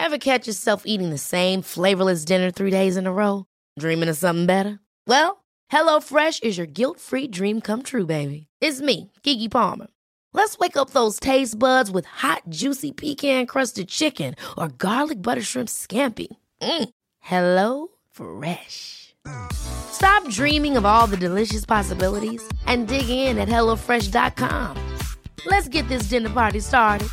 Ever catch yourself eating the same flavorless dinner 3 days in a row? Dreaming of something better? Well, HelloFresh is your guilt-free dream come true, baby. It's me, Keke Palmer. Let's wake up those taste buds with hot, juicy pecan-crusted chicken or garlic butter shrimp scampi. Hello Fresh. Stop dreaming of all the delicious possibilities and dig in at HelloFresh.com. Let's get this dinner party started.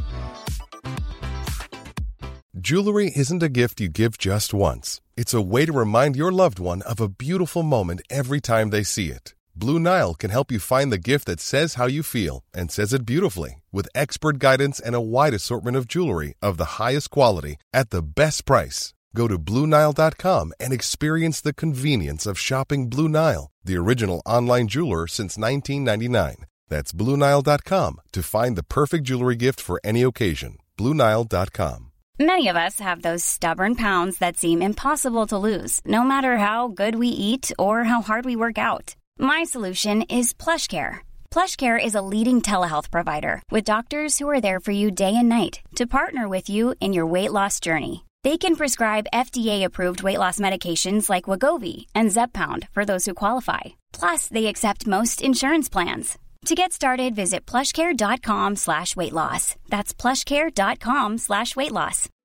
Jewelry isn't a gift you give just once. It's a way to remind your loved one of a beautiful moment every time they see it. Blue Nile can help you find the gift that says how you feel and says it beautifully, with expert guidance and a wide assortment of jewelry of the highest quality at the best price. Go to BlueNile.com and experience the convenience of shopping Blue Nile, the original online jeweler since 1999. That's BlueNile.com to find the perfect jewelry gift for any occasion. BlueNile.com. Many of us have those stubborn pounds that seem impossible to lose, no matter how good we eat or how hard we work out. My solution is PlushCare. PlushCare is a leading telehealth provider with doctors who are there for you day and night to partner with you in your weight loss journey. They can prescribe FDA-approved weight loss medications like Wegovy and Zepbound for those who qualify. Plus, they accept most insurance plans. To get started, visit plushcare.com/weightloss. That's plushcare.com/weightloss.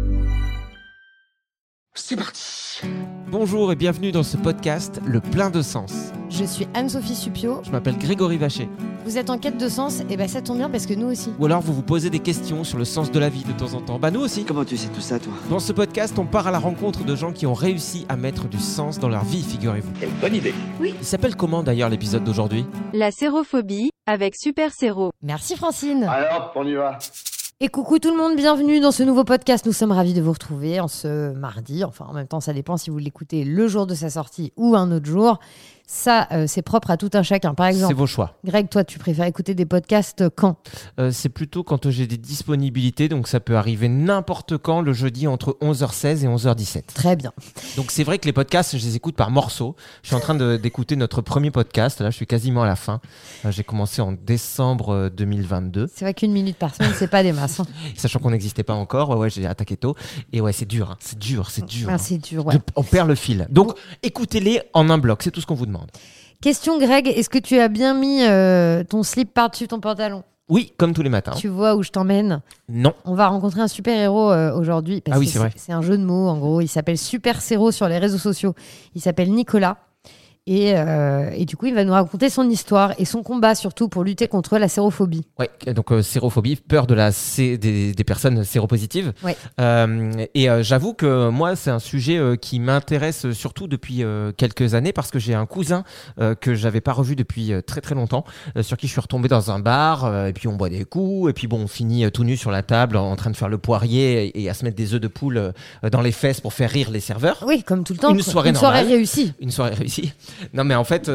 C'est parti. Bonjour et bienvenue dans ce podcast Le Plein de Sens. Je suis Anne-Sophie Suppiot. Je m'appelle Grégory Vacher. Vous êtes en quête de sens? Et ça tombe bien parce que nous aussi. Ou alors vous vous posez des questions sur le sens de la vie de temps en temps. Nous aussi. Comment tu sais tout ça, toi? Dans ce podcast, on part à la rencontre de gens qui ont réussi à mettre du sens dans leur vie, figurez-vous. Quelle bonne idée. Il s'appelle comment d'ailleurs l'épisode d'aujourd'hui? La sérophobie avec Super Séro. Merci Francine. Alors, on y va. Et coucou tout le monde, bienvenue dans ce nouveau podcast. Nous sommes ravis de vous retrouver en ce mardi. Enfin, en même temps, ça dépend si vous l'écoutez le jour de sa sortie ou un autre jour. Ça, c'est propre à tout un chacun. Par exemple, c'est vos choix. Greg, toi, tu préfères écouter des podcasts quand? C'est plutôt quand j'ai des disponibilités. Donc, ça peut arriver n'importe quand, le jeudi entre 11h16 et 11h17. Très bien. Donc, c'est vrai que les podcasts, je les écoute par morceaux. Je suis en train d'écouter notre premier podcast. Là, je suis quasiment à la fin. J'ai commencé en décembre 2022. C'est vrai qu'une minute par semaine, c'est pas des masses. Sachant qu'on n'existait pas encore. Ouais, j'ai attaqué tôt. Et ouais, c'est dur. C'est dur. Ah, c'est dur, ouais. On perd le fil. Donc, écoutez-les en un bloc. C'est tout ce qu'on vous demande. Question Greg, est-ce que tu as bien mis ton slip par-dessus ton pantalon? Oui, comme tous les matins. Tu vois où je t'emmène? Non. On va rencontrer un super-héros aujourd'hui. Parce que c'est vrai. C'est un jeu de mots, en gros. Il s'appelle Super Séro sur les réseaux sociaux. Il s'appelle Nicolas. Et du coup, il va nous raconter son histoire et son combat, surtout pour lutter contre la sérophobie. Ouais, donc sérophobie, peur de des personnes séropositives. Ouais. Et j'avoue que moi, c'est un sujet qui m'intéresse surtout depuis quelques années parce que j'ai un cousin que j'avais pas revu depuis très très longtemps, sur qui je suis retombé dans un bar, et puis on boit des coups, et puis bon, on finit tout nu sur la table en train de faire le poirier et à se mettre des œufs de poule dans les fesses pour faire rire les serveurs. Oui, comme tout le temps. Une soirée réussie. Une soirée réussie. Non mais en fait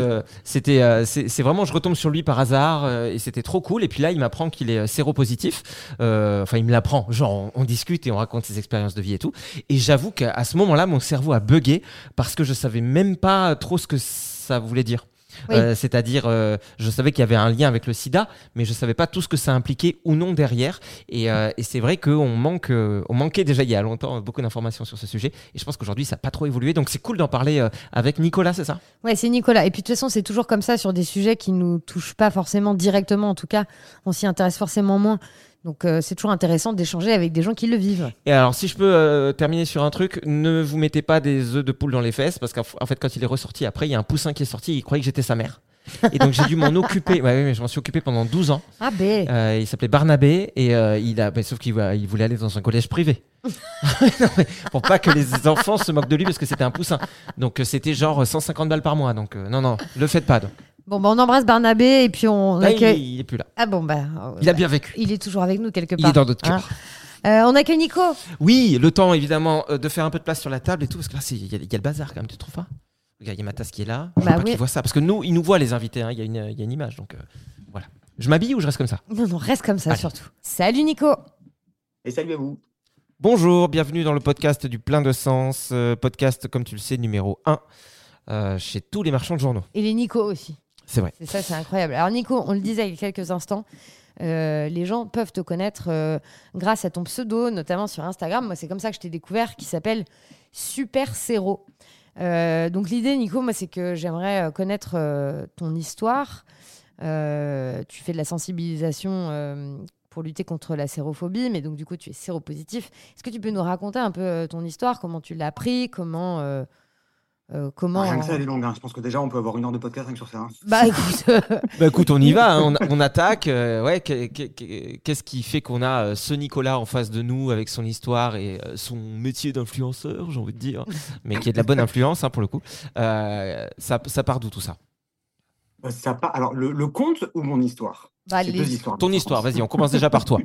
c'est vraiment, je retombe sur lui par hasard et c'était trop cool. Et puis là il m'apprend qu'il est séropositif, enfin il me l'apprend, genre on discute et on raconte ses expériences de vie et tout. Et j'avoue qu'à ce moment là mon cerveau a bugué parce que je savais même pas trop ce que ça voulait dire. Oui. C'est-à-dire je savais qu'il y avait un lien avec le sida, mais je savais pas tout ce que ça impliquait ou non derrière. Et c'est vrai qu'on manquait déjà il y a longtemps beaucoup d'informations sur ce sujet, et je pense qu'aujourd'hui ça n'a pas trop évolué, donc c'est cool d'en parler avec Nicolas, c'est ça? Ouais, c'est Nicolas. Et puis de toute façon c'est toujours comme ça sur des sujets qui nous touchent pas forcément directement, en tout cas on s'y intéresse forcément moins. Donc c'est toujours intéressant d'échanger avec des gens qui le vivent. Et alors si je peux terminer sur un truc, ne vous mettez pas des œufs de poule dans les fesses, parce qu'en fait quand il est ressorti après, il y a un poussin qui est sorti et il croyait que j'étais sa mère. Et donc j'ai dû m'en occuper. Ouais, mais je m'en suis occupé pendant 12 ans. Ah ben. Il s'appelait Barnabé et sauf qu'il voulait aller dans un collège privé. Non, pour pas que les enfants se moquent de lui parce que c'était un poussin. Donc c'était genre 150 balles par mois. Donc non, le faites pas. Donc. Bon, on embrasse Barnabé et puis on accueille... Il est plus là. Ah bon, il a bien vécu. Il est toujours avec nous quelque part. Il est dans notre cœur. On accueille Nico. Oui, le temps évidemment de faire un peu de place sur la table et tout, parce que là il y a le bazar quand même, tu trouves pas? Regarde, il y a ma tasse qui est là. Je veux pas qu'ils voient ça, parce que nous, ils nous voient les invités, hein. Il y a une image, donc voilà. Je m'habille ou je reste comme ça? Non, reste comme ça. Allez. Surtout. Salut Nico. Et salut à vous. Bonjour, bienvenue dans le podcast du Plein de Sens, podcast comme tu le sais numéro 1 chez tous les marchands de journaux. Et les Nico aussi. C'est vrai. C'est ça, c'est incroyable. Alors Nico, on le disait il y a quelques instants, les gens peuvent te connaître grâce à ton pseudo, notamment sur Instagram. Moi, c'est comme ça que je t'ai découvert, qui s'appelle Super Séro. Donc l'idée, Nico, moi, c'est que j'aimerais connaître ton histoire. Tu fais de la sensibilisation pour lutter contre la sérophobie, mais donc du coup, tu es séropositif. Est-ce que tu peux nous raconter un peu ton histoire, comment tu l'as appris, comment Rien que ça, elle est longue. Je pense que déjà, on peut avoir 1 heure de podcast rien que sur ça. Bah écoute, Bah écoute, on y va, hein, on attaque. Ouais, qu'est-ce qui fait qu'on a ce Nicolas en face de nous avec son histoire et son métier d'influenceur, j'ai envie de dire, mais qui est de la bonne influence, hein, pour le coup. Ça part d'où tout ça? Alors, le conte ou mon histoire? bah, C'est les- 2 histoires. Ton histoire, vas-y, on commence déjà par toi.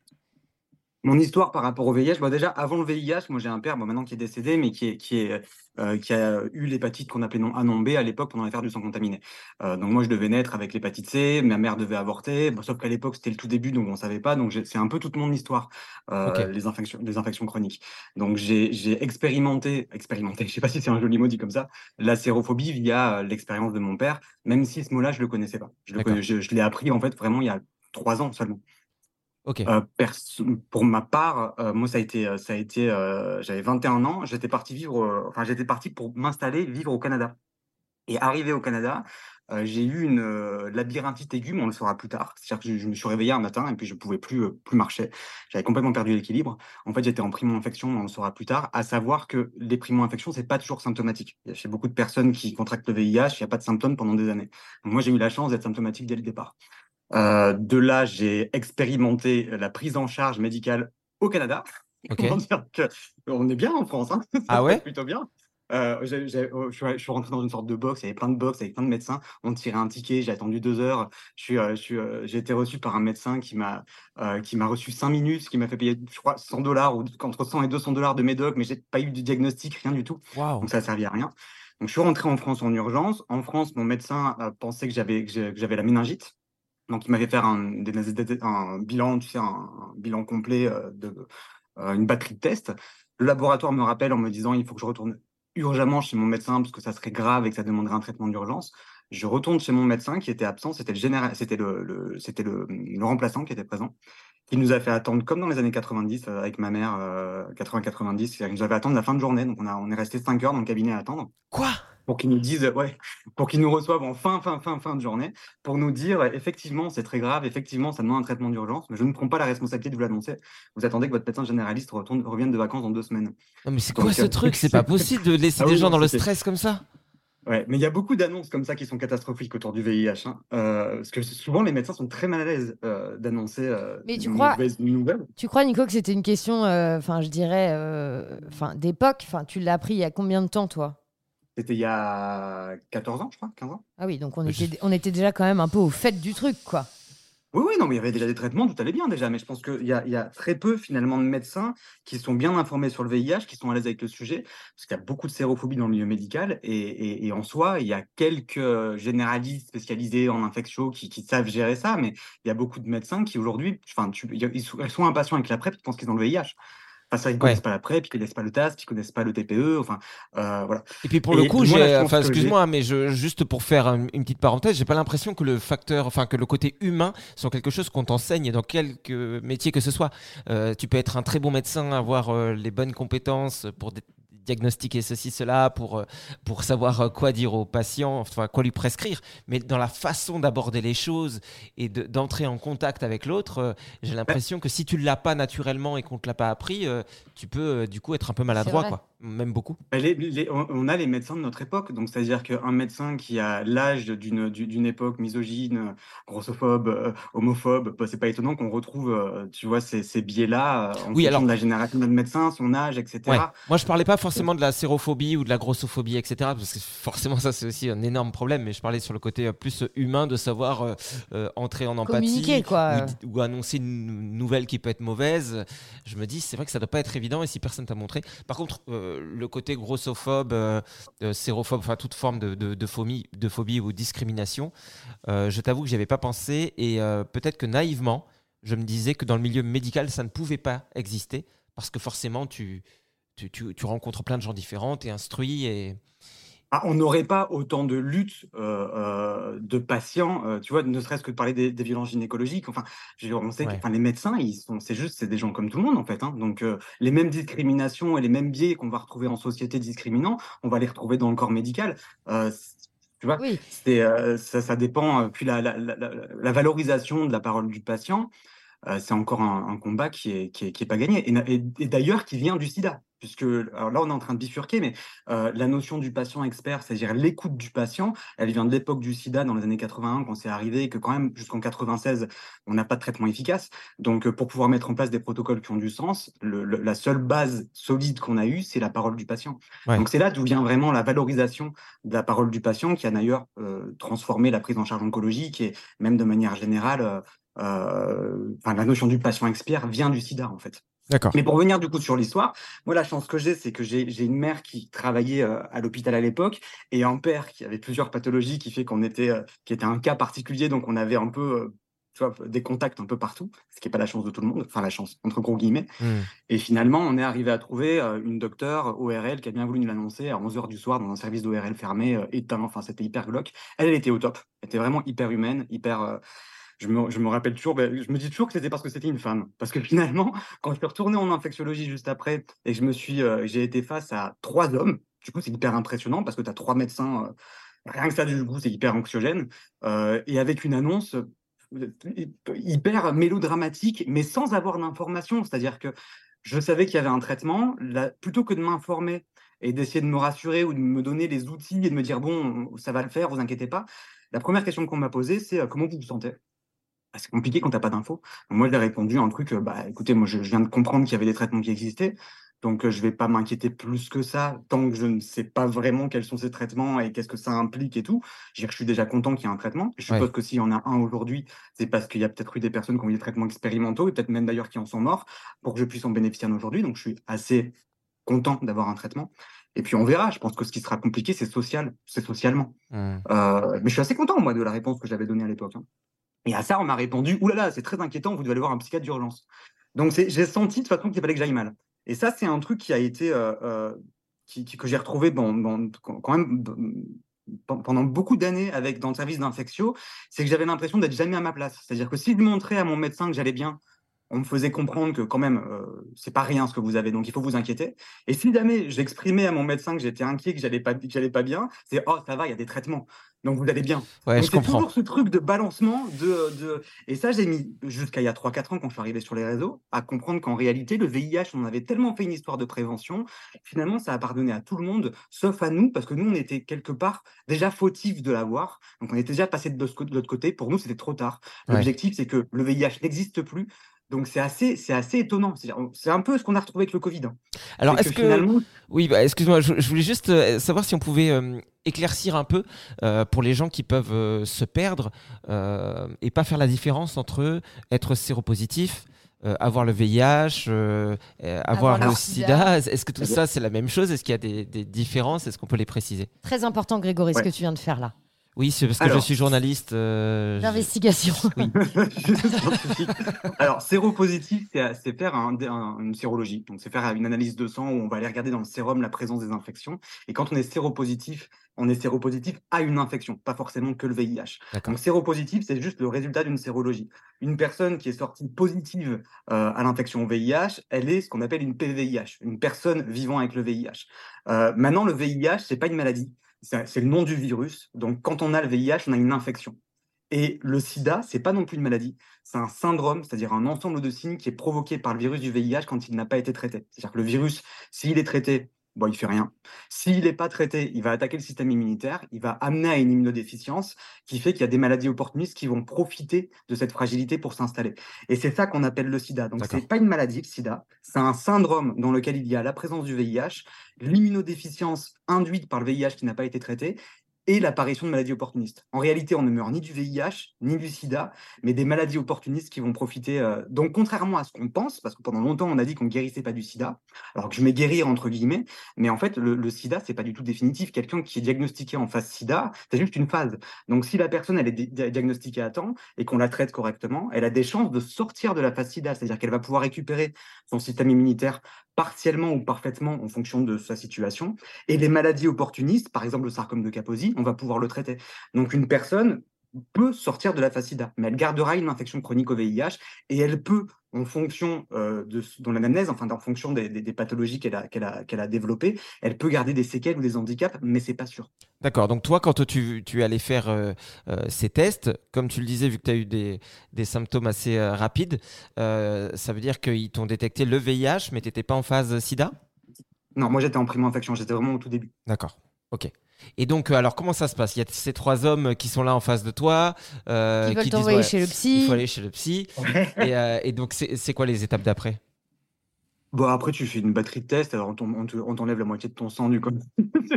Mon histoire par rapport au VIH, déjà avant le VIH, moi j'ai un père maintenant qui est décédé, mais qui a eu l'hépatite qu'on appelait non A, non B à l'époque pendant l'affaire du sang contaminé. Donc moi je devais naître avec l'hépatite C, ma mère devait avorter, sauf qu'à l'époque c'était le tout début donc on savait pas, donc c'est un peu toute mon histoire, Ok. les infections chroniques. Donc j'ai expérimenté, je sais pas si c'est un joli mot dit comme ça, la sérophobie via l'expérience de mon père, même si ce mot-là je le connaissais pas. D'accord. Je l'ai appris en fait vraiment il y a 3 ans seulement. Ok. Pour ma part, moi, j'avais 21 ans, j'étais parti pour m'installer, vivre au Canada. Et arrivé au Canada, j'ai eu une labyrinthite aiguë, mais on le saura plus tard. C'est-à-dire que je me suis réveillé un matin et puis je pouvais plus marcher. J'avais complètement perdu l'équilibre. En fait, j'étais en primo-infection, mais on le saura plus tard. À savoir que les primo-infections, c'est pas toujours symptomatique. Il y a chez beaucoup de personnes qui contractent le VIH, il n'y a pas de symptômes pendant des années. Donc, moi, j'ai eu la chance d'être symptomatique dès le départ. De là, j'ai expérimenté la prise en charge médicale au Canada. Ok. Comment dire que on est bien en France, hein. Ça Ah ouais va plutôt bien. Je suis rentré dans une sorte de box, il y avait plein de box avec plein de médecins. On tirait un ticket, j'ai attendu 2 heures. J'ai été reçu par un médecin qui m'a reçu 5 minutes, qui m'a fait payer, je crois, $100 ou entre 100 et $200 de médoc, mais j'ai pas eu de diagnostic, rien du tout. Waouh. Donc ça a servi à rien. Donc je suis rentré en France en urgence. En France, mon médecin pensait que j'avais la méningite. Donc, il m'avait fait un bilan, tu sais, un bilan complet une batterie de tests. Le laboratoire me rappelle en me disant il faut que je retourne urgemment chez mon médecin parce que ça serait grave et que ça demanderait un traitement d'urgence. Je retourne chez mon médecin qui était absent, c'était le remplaçant qui était présent, qui nous a fait attendre comme dans les années 90 avec ma mère, 80-90, il nous avait attendre la fin de journée. Donc, on est resté 5 heures dans le cabinet à attendre Quoi? pour qu'ils nous disent, pour qu'ils nous reçoivent en fin de journée, pour nous dire, effectivement, c'est très grave, effectivement, ça demande un traitement d'urgence, mais je ne prends pas la responsabilité de vous l'annoncer. Vous attendez que votre médecin généraliste revienne de vacances dans 2 semaines. Non mais c'est quoi Donc, ce truc? C'est pas possible de laisser Ah des oui, gens non, dans le c'était- stress comme ça. Ouais, mais il y a beaucoup d'annonces comme ça qui sont catastrophiques autour du VIH, hein. Parce que souvent, les médecins sont très mal à l'aise d'annoncer Mais tu une crois- mauvaise nouvelle. tu crois, Nico, que c'était une question, je dirais, d'époque. Tu l'as appris il y a combien de temps, toi? C'était il y a 14 ans, je crois, 15 ans. Ah oui, donc on Je- était déjà quand même un peu au fait du truc, quoi. Oui, non, mais il y avait déjà des traitements, tout allait bien déjà, mais je pense qu'il y a très peu finalement de médecins qui sont bien informés sur le VIH, qui sont à l'aise avec le sujet, parce qu'il y a beaucoup de sérophobie dans le milieu médical, et en soi, il y a quelques généralistes spécialisés en infections qui savent gérer ça, mais il y a beaucoup de médecins qui aujourd'hui, ils sont impatients avec la PrEP, ils pensent qu'ils ont le VIH. Enfin, ça, ils ne Ouais. connaissent pas la PrEP, ils ne connaissent pas le TASP, ils ne connaissent pas le TPE, voilà. Et puis pour le Et coup, moi, là, je pense que excuse-moi, mais juste pour faire une petite parenthèse, j'ai pas l'impression que que le côté humain soit quelque chose qu'on t'enseigne dans quelque métier que ce soit. Tu peux être un très bon médecin, avoir les bonnes compétences pour diagnostiquer ceci, cela, pour savoir quoi dire au patient, enfin quoi lui prescrire, mais dans la façon d'aborder les choses et d'entrer en contact avec l'autre, j'ai l'impression que si tu l'as pas naturellement et qu'on te l'a pas appris, tu peux du coup être un peu maladroit, vrai. quoi. Même beaucoup. On a les médecins de notre époque, donc c'est-à-dire qu'un médecin qui a l'âge d'une époque misogyne, grossophobe, homophobe, c'est pas étonnant qu'on retrouve, tu vois, ces biais-là en Oui, fonction alors- de la génération de notre médecin, son âge, etc. Ouais. Moi, je parlais pas forcément de la sérophobie ou de la grossophobie, etc. Parce que forcément, ça, c'est aussi un énorme problème. Mais je parlais sur le côté plus humain de savoir entrer en empathie Communiquer, quoi. ou annoncer une nouvelle qui peut être mauvaise. Je me dis, c'est vrai que ça doit pas être évident et si personne t'a montré. Par contre, le côté grossophobe, sérophobe, enfin toute forme de phobie ou discrimination, je t'avoue que j'y avais pas pensé et peut-être que naïvement, je me disais que dans le milieu médical, ça ne pouvait pas exister parce que forcément, tu rencontres plein de gens différents, tu es instruit On n'aurait pas autant de luttes de patients, tu vois, ne serait-ce que de parler des violences gynécologiques. Enfin, on sait que Ouais. les médecins, c'est des gens comme tout le monde, en fait. Hein. Donc, les mêmes discriminations et les mêmes biais qu'on va retrouver en société discriminant, on va les retrouver dans le corps médical. Tu vois, Oui, ça dépend. Puis la valorisation de la parole du patient, c'est encore un combat qui est pas gagné. Et d'ailleurs, qui vient du sida. Puisque, alors là, on est en train de bifurquer, mais la notion du patient expert, c'est-à-dire l'écoute du patient, elle vient de l'époque du sida dans les années 81, quand c'est arrivé, et que quand même, jusqu'en 96, on n'a pas de traitement efficace. Donc, pour pouvoir mettre en place des protocoles qui ont du sens, la seule base solide qu'on a eue, c'est la parole du patient. Ouais. Donc, c'est là d'où vient vraiment la valorisation de la parole du patient, qui a d'ailleurs transformé la prise en charge oncologique et même de manière générale, la notion du patient expert vient du sida, en fait. D'accord. Mais pour revenir du coup sur l'histoire, moi la chance que j'ai, c'est que j'ai une mère qui travaillait à l'hôpital à l'époque et un père qui avait plusieurs pathologies, qui fait qui était un cas particulier, donc on avait un peu, tu vois, des contacts un peu partout, ce qui n'est pas la chance de tout le monde, enfin la chance entre gros guillemets. Hmm. Et finalement, on est arrivé à trouver une docteure ORL qui a bien voulu nous l'annoncer à 11h du soir dans un service d'ORL fermé, éteint, enfin c'était hyper glauque. Elle était au top, elle était vraiment hyper humaine, hyper. Je me rappelle toujours, je me dis toujours que c'était parce que c'était une femme. Parce que finalement, quand je suis retourné en infectiologie juste après et que j'ai été face à 3 hommes, du coup, c'est hyper impressionnant parce que tu as 3 médecins, rien que ça, du coup, c'est hyper anxiogène. Et avec une annonce hyper mélodramatique, mais sans avoir d'informations. C'est-à-dire que je savais qu'il y avait un traitement, plutôt que de m'informer et d'essayer de me rassurer ou de me donner les outils et de me dire, bon, ça va le faire, vous inquiétez pas. La première question qu'on m'a posée, c'est comment vous vous sentez? C'est compliqué quand tu as pas d'infos. Donc moi, je lui ai répondu un truc, écoutez, moi, je viens de comprendre qu'il y avait des traitements qui existaient, donc je vais pas m'inquiéter plus que ça, tant que je ne sais pas vraiment quels sont ces traitements et qu'est-ce que ça implique et tout. Je veux dire, je suis déjà content qu'il y ait un traitement. Je Ouais. suppose que s'il y en a un aujourd'hui, c'est parce qu'il y a peut-être eu des personnes qui ont eu des traitements expérimentaux, et peut-être même d'ailleurs qui en sont morts, pour que je puisse en bénéficier aujourd'hui. Donc je suis assez content d'avoir un traitement. Et puis on verra, je pense que ce qui sera compliqué, c'est socialement. Hmm. Mais je suis assez content, moi, de la réponse que j'avais donnée à l'époque. Hein. Et à ça, on m'a répondu, ouh là là, c'est très inquiétant, vous devez aller voir un psychiatre d'urgence. Donc j'ai senti de toute façon qu'il fallait que j'aille mal. Et ça, c'est un truc qui a été que j'ai retrouvé quand même pendant beaucoup d'années dans le service d'infectio, c'est que j'avais l'impression d'être jamais à ma place. C'est-à-dire que si je montrais à mon médecin que j'allais bien, on me faisait comprendre que quand même, c'est pas rien ce que vous avez, donc il faut vous inquiéter. Et si jamais j'exprimais à mon médecin que j'étais inquiet, que j'allais pas bien, c'est oh ça va, il y a des traitements, donc vous allez bien. Ouais, Donc je c'est comprends. toujours ce truc de balancement et ça j'ai mis jusqu'à il y a 3-4 ans quand je suis arrivé sur les réseaux à comprendre qu'en réalité le VIH, on avait tellement fait une histoire de prévention, finalement ça a pardonné à tout le monde sauf à nous parce que nous on était quelque part déjà fautifs de l'avoir, donc on était déjà passé de l'autre côté. Pour nous c'était trop tard. Ouais. L'objectif c'est que le VIH n'existe plus. Donc c'est assez étonnant. C'est un peu ce qu'on a retrouvé avec le Covid. Hein. Alors, C'est est-ce que que... finalement, Oui, bah, excuse-moi, je voulais juste savoir si on pouvait éclaircir un peu pour les gens qui peuvent se perdre et pas faire la différence entre être séropositif, avoir le VIH, avoir Avoir le le sida. sida. Est-ce que tout ça, c'est la même chose? Est-ce qu'il y a des différences? Est-ce qu'on peut les préciser? très important, Grégory, ce ouais. que tu viens de faire là. Oui, c'est parce que je Alors, suis journaliste. D'investigation. Oui, scientifique. Alors, séropositif, c'est faire une sérologie. Donc, c'est faire une analyse de sang où on va aller regarder dans le sérum la présence des infections. Et quand on est séropositif à une infection, pas forcément que le VIH. d'accord. Donc, séropositif, c'est juste le résultat d'une sérologie. Une personne qui est sortie positive à l'infection au VIH, elle est ce qu'on appelle une PVIH, une personne vivant avec le VIH. Maintenant, le VIH, c'est pas une maladie. C'est le nom du virus. Donc, quand on a le VIH, on a une infection. Et le sida, c'est pas non plus une maladie, c'est un syndrome, c'est-à-dire un ensemble de signes qui est provoqué par le virus du VIH quand il n'a pas été traité. C'est-à-dire que le virus, s'il est traité, bon, il fait rien. S'il n'est pas traité, il va attaquer le système immunitaire, il va amener à une immunodéficience qui fait qu'il y a des maladies opportunistes qui vont profiter de cette fragilité pour s'installer. Et c'est ça qu'on appelle le sida. Donc, D'accord. c'est pas une maladie, le sida, c'est un syndrome dans lequel il y a la présence du VIH, l'immunodéficience induite par le VIH qui n'a pas été traité, et l'apparition de maladies opportunistes. En réalité, on ne meurt ni du VIH, ni du sida, mais des maladies opportunistes qui vont profiter. Donc, contrairement à ce qu'on pense, parce que pendant longtemps, on a dit qu'on ne guérissait pas du sida, alors que je mets guérir entre guillemets, mais en fait, le sida, c'est pas du tout définitif. Quelqu'un qui est diagnostiqué en phase sida, c'est juste une phase. Donc, si la personne, elle est diagnostiquée à temps et qu'on la traite correctement, elle a des chances de sortir de la phase sida, c'est-à-dire qu'elle va pouvoir récupérer son système immunitaire partiellement ou parfaitement en fonction de sa situation. Et les maladies opportunistes, par exemple le sarcome de Kaposi, on va pouvoir le traiter. Donc une personne peut sortir de la phase SIDA, mais elle gardera une infection chronique au VIH et elle peut, en fonction dans l'anamnèse, enfin en fonction des pathologies qu'elle a développées, elle peut garder des séquelles ou des handicaps, mais c'est pas sûr. D'accord, donc toi, quand tu es allé faire ces tests, comme tu le disais, vu que tu as eu des symptômes assez rapides, ça veut dire qu'ils t'ont détecté le VIH, mais tu n'étais pas en phase SIDA? Non, moi j'étais en primo-infection, j'étais vraiment au tout début. D'accord, ok. Et donc, alors comment ça se passe? Il y a ces 3 hommes qui sont là en face de toi, Qui veulent qui disent t'envoyer ouais, chez le il psy. faut aller chez le psy. Et donc, c'est quoi les étapes d'après? Bon, après, tu fais une batterie de tests, alors on t'enlève la moitié de ton sang du corps.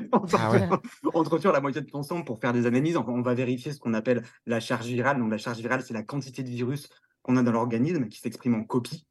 Ah ouais. On te retire la moitié de ton sang pour faire des analyses. Enfin, on va vérifier ce qu'on appelle la charge virale. Donc, la charge virale, c'est la quantité de virus qu'on a dans l'organisme qui s'exprime en copie.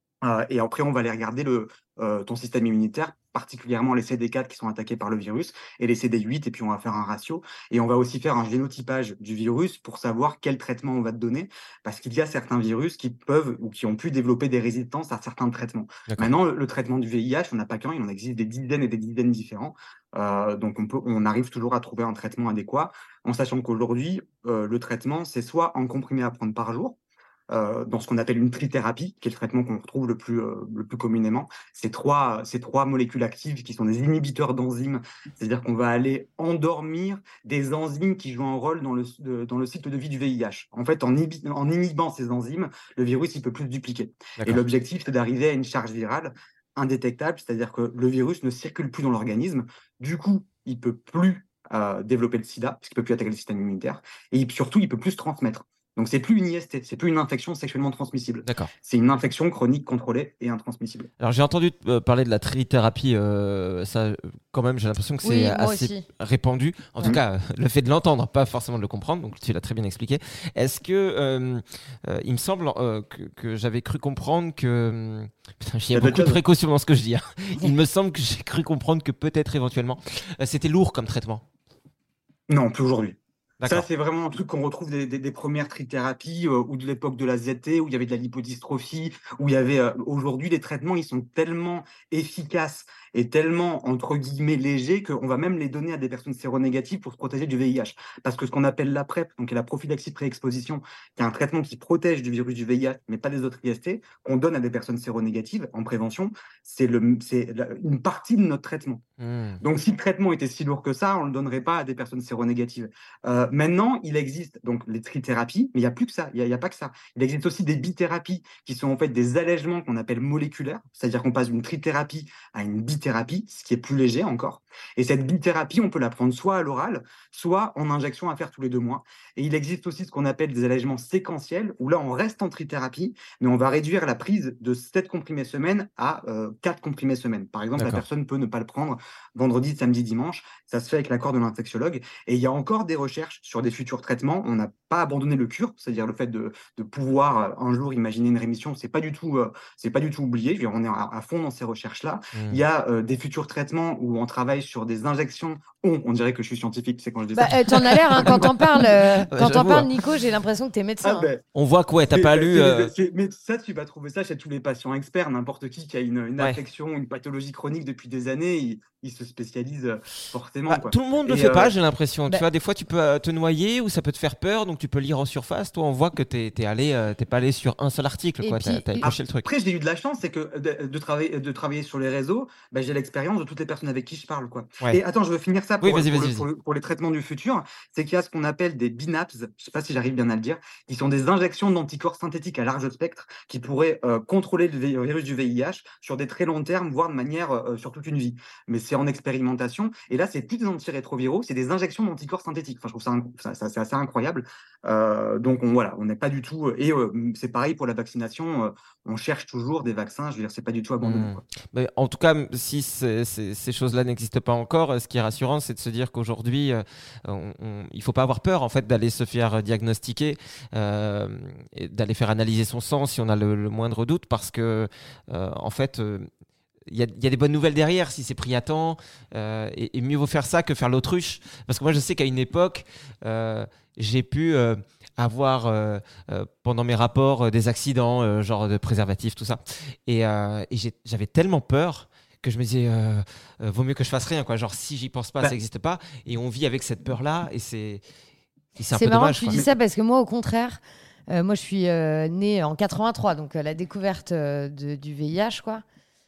Et après, on va aller regarder ton système immunitaire, particulièrement les CD4 qui sont attaqués par le virus et les CD8, et puis on va faire un ratio. Et on va aussi faire un génotypage du virus pour savoir quel traitement on va te donner, parce qu'il y a certains virus qui peuvent ou qui ont pu développer des résistances à certains traitements. D'accord. Maintenant, le traitement du VIH, on n'a pas qu'un, il en existe des dizaines et des dizaines différents. Donc on arrive toujours à trouver un traitement adéquat, en sachant qu'aujourd'hui, le traitement, c'est soit un comprimé à prendre par jour, dans ce qu'on appelle une trithérapie, qui est le traitement qu'on retrouve le plus communément. Ces trois molécules actives qui sont des inhibiteurs d'enzymes, c'est-à-dire qu'on va aller endormir des enzymes qui jouent un rôle dans le cycle de vie du VIH. En fait, en inhibant ces enzymes, le virus, il peut plus se dupliquer. Et D'accord. l'objectif, c'est d'arriver à une charge virale indétectable, c'est-à-dire que le virus ne circule plus dans l'organisme. Du coup, il peut plus développer le sida, puisqu'il peut plus attaquer le système immunitaire, et surtout, il peut plus se transmettre. Donc, c'est plus une IST, c'est plus une infection sexuellement transmissible. D'accord. C'est une infection chronique contrôlée et intransmissible. Alors j'ai entendu parler de la trithérapie, ça quand même j'ai l'impression que c'est Oui, moi assez aussi. répandu. En tout cas, le fait de l'entendre, pas forcément de le comprendre, donc tu l'as très bien expliqué. Est-ce que, il me semble que j'avais cru comprendre que... Putain, il y a beaucoup de précautions dans ce que je dis. Hein. Il me semble que j'ai cru comprendre que peut-être éventuellement, c'était lourd comme traitement. Non, plus aujourd'hui. Ça, D'accord. c'est vraiment un truc qu'on retrouve des premières trithérapies ou de l'époque de la ZT, où il y avait de la lipodystrophie, où il y avait... aujourd'hui, les traitements, ils sont tellement efficaces et tellement, entre guillemets, légers qu'on va même les donner à des personnes séronégatives pour se protéger du VIH. Parce que ce qu'on appelle la PrEP, donc la prophylaxie pré-exposition, qui est un traitement qui protège du virus du VIH, mais pas des autres IST, qu'on donne à des personnes séronégatives en prévention, c'est une partie de notre traitement. Donc, si le traitement était si lourd que ça, on ne le donnerait pas à des personnes séronégatives. Maintenant, il existe donc les trithérapies, mais il n'y a plus que ça, il n'y a pas que ça. Il existe aussi des bithérapies qui sont en fait des allègements qu'on appelle moléculaires, c'est-à-dire qu'on passe d'une trithérapie à une bithérapie, ce qui est plus léger encore. Et cette bithérapie, on peut la prendre soit à l'oral, soit en injection à faire tous les 2 mois. Et il existe aussi ce qu'on appelle des allègements séquentiels, où là, on reste en trithérapie, mais on va réduire la prise de 7 comprimés semaine à 4 comprimés semaine. Par exemple, D'accord. la personne peut ne pas le prendre vendredi, samedi, dimanche. Ça se fait avec l'accord de l'infectiologue. Et il y a encore des recherches sur des futurs traitements. On n'a pas abandonné le cure, c'est-à-dire le fait de pouvoir un jour imaginer une rémission. C'est pas du tout oublié. Je veux dire, on est à fond dans ces recherches-là. Il y a des futurs traitements où on travaille sur des injections. On dirait que je suis scientifique, c'est quand je dis ça. T'en as l'air, hein, quand t'en parles, j'avoue, hein. Nico, j'ai l'impression que t'es médecin. Ah, ben, On voit que ouais, t'as pas lu... mais ça, tu vas trouver ça chez tous les patients experts. N'importe qui a une Ouais. affection, une pathologie chronique depuis des années, il se spécialise forcément. Bah, quoi. tout le monde ne le Et, fait pas, j'ai l'impression. bah- Tu vois, des fois, tu peux te noyer ou ça peut te faire peur, donc tu peux lire en surface. Toi, on voit que t'es pas allé sur un seul article, Et quoi. puis- T'as épluché le truc. Après, j'ai eu de la chance, c'est que de travailler sur les réseaux, bah, j'ai l'expérience de toutes les personnes avec qui je parle. Quoi. Ouais. Et attends, je veux finir ça Oui, pour, vas-y, pour, vas-y, le- vas-y. pour le- pour les traitements du futur. C'est qu'il y a ce qu'on appelle des BINAPS, je ne sais pas si j'arrive bien à le dire, qui sont des injections d'anticorps synthétiques à large spectre qui pourraient contrôler le virus du VIH sur des très longs termes, voire de manière sur toute une vie. Mais c'est en expérimentation. Et là, c'est plus des antirétroviraux, c'est des injections d'anticorps synthétiques. Enfin, je trouve ça c'est assez incroyable. Donc, on n'est pas du tout. Et c'est pareil pour la vaccination. On cherche toujours des vaccins. Je veux dire, c'est pas du tout abandonné. Quoi. Mais en tout cas, si ces choses-là n'existent pas encore, ce qui est rassurant, c'est de se dire qu'aujourd'hui, il faut pas avoir peur en fait d'aller se faire diagnostiquer, et d'aller faire analyser son sang si on a le moindre doute, parce que en fait, il y a des bonnes nouvelles derrière si c'est pris à temps. Et mieux vaut faire ça que faire l'autruche. Parce que moi, je sais qu'à une époque, j'ai pu avoir pendant mes rapports des accidents, genre de préservatifs, tout ça. Et j'avais tellement peur que je me disais, vaut mieux que je fasse rien, quoi. Genre, si j'y pense pas, ça n'existe pas. Et on vit avec cette peur-là. Et c'est un peu marrant dommage. que tu dis ça parce que moi, au contraire, moi, je suis née en 83, donc la découverte du VIH, quoi.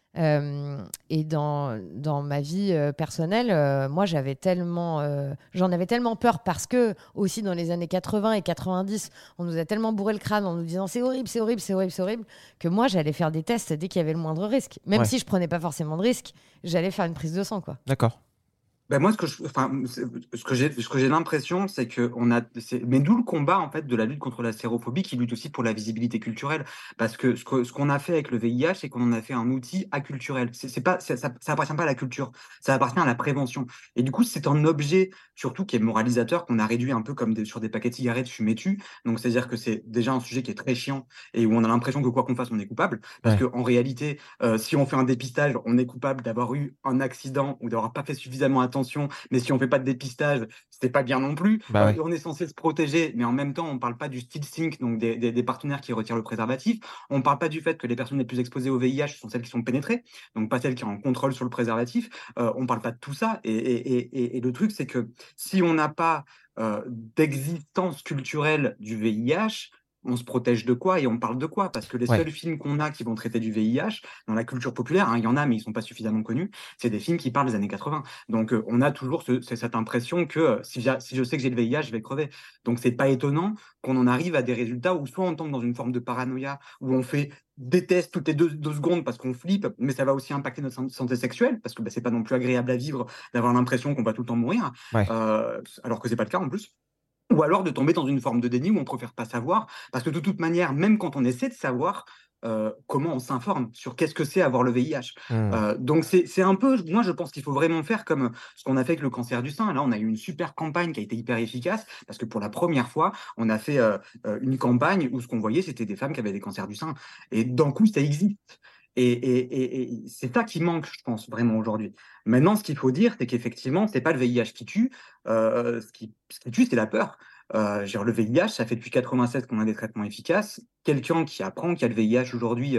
Et dans ma vie personnelle, moi j'en avais tellement peur parce que aussi dans les années 80 et 90, on nous a tellement bourré le crâne en nous disant c'est horrible, c'est horrible, c'est horrible, c'est horrible, que moi j'allais faire des tests dès qu'il y avait le moindre risque. Même si je prenais pas forcément de risque, j'allais faire une prise de sang, quoi. D'accord. Ben moi, ce que j'ai l'impression, c'est que mais d'où le combat en fait de la lutte contre la sérophobie, qui lutte aussi pour la visibilité culturelle, parce que ce qu'on a fait avec le VIH, c'est qu'on en a fait un outil acculturel. C'est pas, ça appartient pas à la culture, ça appartient à la prévention. Et du coup, c'est un objet surtout qui est moralisateur qu'on a réduit un peu comme sur des paquets de cigarettes fumez-tu. Donc c'est-à-dire que c'est déjà un sujet qui est très chiant et où on a l'impression que quoi qu'on fasse, on est coupable, parce que en réalité, si on fait un dépistage, on est coupable d'avoir eu un accident ou d'avoir pas fait suffisamment attention. Mais si on fait pas de dépistage, c'est pas bien non plus. On est censé se protéger, mais en même temps, on parle pas du still sync, donc des partenaires qui retirent le préservatif. On parle pas du fait que les personnes les plus exposées au VIH sont celles qui sont pénétrées, donc pas celles qui ont un contrôle sur le préservatif. On parle pas de tout ça. Et le truc, c'est que si on n'a pas d'existence culturelle du VIH, on se protège de quoi et on parle de quoi? Parce que les seuls films qu'on a qui vont traiter du VIH, dans la culture populaire, il y en a, mais ils sont pas suffisamment connus, c'est des films qui parlent des années 80. Donc, on a toujours cette impression que si je sais que j'ai le VIH, je vais crever. Donc, c'est pas étonnant qu'on en arrive à des résultats où soit on tombe dans une forme de paranoïa, où on fait des tests toutes les deux secondes parce qu'on flippe, mais ça va aussi impacter notre santé sexuelle, parce que c'est pas non plus agréable à vivre d'avoir l'impression qu'on va tout le temps mourir, alors que c'est pas le cas en plus. Ou alors de tomber dans une forme de déni où on préfère pas savoir, parce que de toute manière, même quand on essaie de savoir, comment on s'informe sur qu'est-ce que c'est avoir le VIH. Donc c'est un peu, moi je pense qu'il faut vraiment faire comme ce qu'on a fait avec le cancer du sein. Là, on a eu une super campagne qui a été hyper efficace, parce que pour la première fois, on a fait une campagne où ce qu'on voyait, c'était des femmes qui avaient des cancers du sein. Et d'un coup, ça existe. Et c'est ça qui manque, je pense, vraiment aujourd'hui. Maintenant, ce qu'il faut dire, c'est qu'effectivement, c'est pas le VIH qui tue. Ce qui tue, c'est la peur. Le VIH, ça fait depuis 87 qu'on a des traitements efficaces. Quelqu'un qui apprend qu'il y a le VIH aujourd'hui,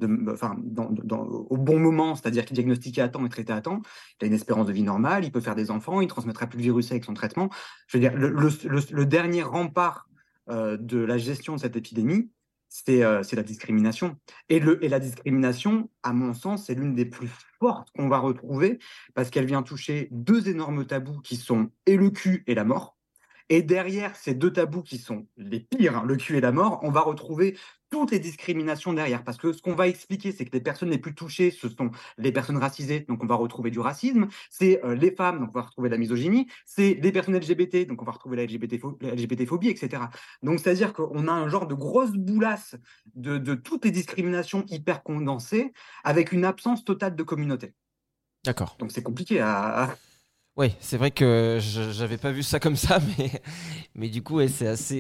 au bon moment, c'est-à-dire qu'il est diagnostiqué à temps et traité à temps, il a une espérance de vie normale, il peut faire des enfants, il ne transmettra plus le virus avec son traitement. Je veux dire, le dernier rempart de la gestion de cette épidémie, c'est la discrimination. Et la discrimination, à mon sens, c'est l'une des plus fortes qu'on va retrouver, parce qu'elle vient toucher deux énormes tabous qui sont et le cul et la mort. Et derrière ces deux tabous qui sont les pires, hein, le cul et la mort, on va retrouver toutes les discriminations derrière. Parce que ce qu'on va expliquer, c'est que les personnes les plus touchées, ce sont les personnes racisées, donc on va retrouver du racisme. C'est les femmes, donc on va retrouver la misogynie. C'est les personnes LGBT, donc on va retrouver la LGBT-phobie, etc. Donc c'est-à-dire qu'on a un genre de grosse boulasse de toutes les discriminations hyper condensées, avec une absence totale de communauté. D'accord. Donc c'est compliqué à... Oui, c'est vrai que j'avais pas vu ça comme ça, mais du coup, c'est assez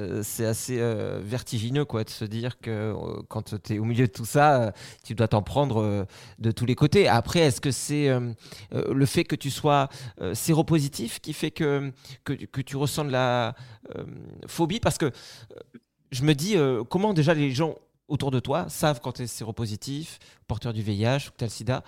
vertigineux, quoi, de se dire que quand tu es au milieu de tout ça, tu dois t'en prendre de tous les côtés. Après, est-ce que c'est le fait que tu sois séropositif qui fait que tu ressens de la phobie? Parce que je me dis, comment déjà les gens autour de toi savent quand tu es séropositif, porteur du VIH ou que tu as le sida?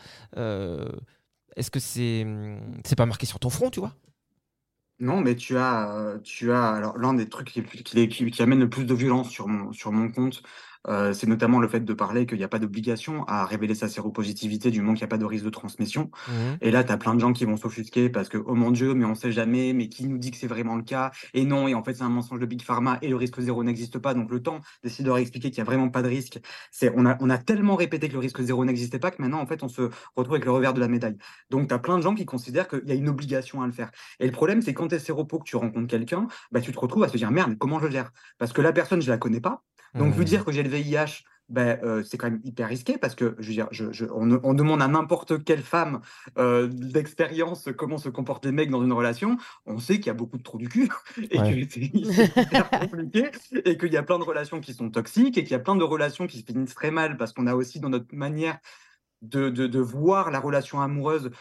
Est-ce que c'est pas marqué sur ton front, tu vois? Non, mais tu as alors l'un des trucs qui amène le plus de violence sur mon compte, c'est notamment le fait de parler qu'il n'y a pas d'obligation à révéler sa séropositivité du moment qu'il n'y a pas de risque de transmission. Et là, tu as plein de gens qui vont s'offusquer parce que, oh mon Dieu, mais on sait jamais, mais qui nous dit que c'est vraiment le cas? Et non, et en fait, c'est un mensonge de Big Pharma et le risque zéro n'existe pas. Donc, le temps d'essayer de leur expliquer qu'il n'y a vraiment pas de risque, on a tellement répété que le risque zéro n'existait pas que maintenant, en fait, on se retrouve avec le revers de la médaille. Donc, tu as plein de gens qui considèrent qu'il y a une obligation à le faire. Et le problème, c'est quand tu es séropo, que tu rencontres quelqu'un, bah, tu te retrouves à se dire, merde, comment je gère? Parce que la personne, je la connais pas. Donc, lui dire que j'ai le VIH, c'est quand même hyper risqué parce que je veux dire, on demande à n'importe quelle femme d'expérience comment se comportent les mecs dans une relation. On sait qu'il y a beaucoup de trous du cul et que c'est hyper compliqué et qu'il y a plein de relations qui sont toxiques et qu'il y a plein de relations qui se finissent très mal parce qu'on a aussi dans notre manière de voir la relation amoureuse,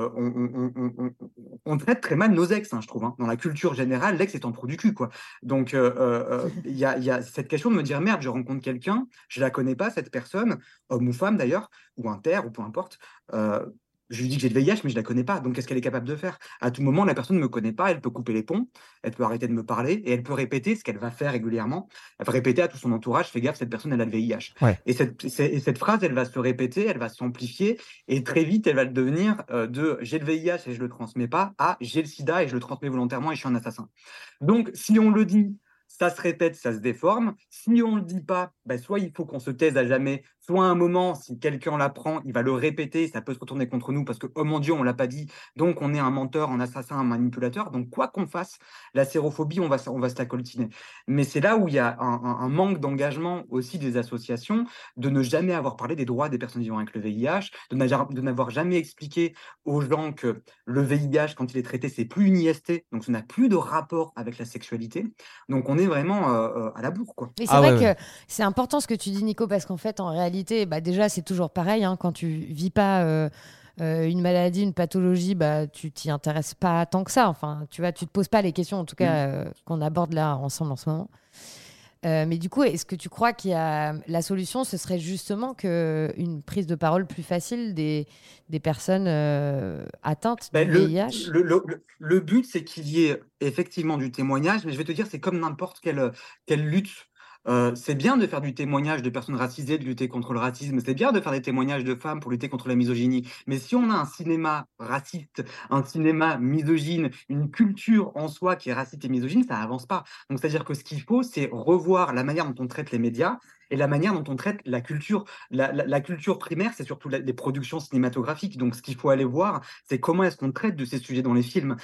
on traite très mal nos ex, hein, je trouve. Hein. Dans la culture générale, l'ex est en trou du cul, quoi. Donc, il y a cette question de me dire, merde, je rencontre quelqu'un, je la connais pas, cette personne, homme ou femme d'ailleurs, ou inter, ou peu importe. euh, je lui dis que j'ai le VIH, mais je la connais pas. Donc, qu'est-ce qu'elle est capable de faire? À tout moment, la personne ne me connaît pas, elle peut couper les ponts, elle peut arrêter de me parler, et elle peut répéter ce qu'elle va faire régulièrement. Elle va répéter à tout son entourage, fais gaffe, cette personne, elle a le VIH. Ouais. Et cette phrase, elle va se répéter, elle va s'amplifier, et très vite, elle va devenir de j'ai le VIH et je le transmets pas, à j'ai le sida et je le transmets volontairement et je suis un assassin. Donc, si on le dit, ça se répète, ça se déforme. Si on ne le dit pas, ben, soit il faut qu'on se taise à jamais, soit à un moment, si quelqu'un l'apprend, il va le répéter, ça peut se retourner contre nous parce que, oh mon Dieu, on ne l'a pas dit, donc on est un menteur, un assassin, un manipulateur. Donc, quoi qu'on fasse, la sérophobie, on va se la coltiner. Mais c'est là où il y a un manque d'engagement aussi des associations, de ne jamais avoir parlé des droits des personnes vivant avec le VIH, de n'avoir jamais expliqué aux gens que le VIH, quand il est traité, c'est plus une IST, donc ça n'a plus de rapport avec la sexualité. Donc on est vraiment à la bourre, quoi. Mais c'est Ah vrai ouais, ouais. que c'est important ce que tu dis, Nico, parce qu'en fait, en réalité, bah, déjà, c'est toujours pareil. Hein, quand tu vis pas une maladie, une pathologie, bah, tu t'y intéresses pas tant que ça. Enfin, tu vois, tu te poses pas les questions, en tout cas, qu'on aborde là ensemble en ce moment. Mais du coup, est-ce que tu crois qu'il y a la solution, ce serait justement une prise de parole plus facile des personnes atteintes du Ben, VIH? le but, c'est qu'il y ait effectivement du témoignage, mais je vais te dire, c'est comme n'importe quelle lutte. C'est bien de faire du témoignage de personnes racisées, de lutter contre le racisme. C'est bien de faire des témoignages de femmes pour lutter contre la misogynie. Mais si on a un cinéma raciste, un cinéma misogyne, une culture en soi qui est raciste et misogyne, ça avance pas. Donc, c'est-à-dire que ce qu'il faut, c'est revoir la manière dont on traite les médias et la manière dont on traite la culture. La culture primaire, c'est surtout les productions cinématographiques. Donc, ce qu'il faut aller voir, c'est comment est-ce qu'on traite de ces sujets dans les films.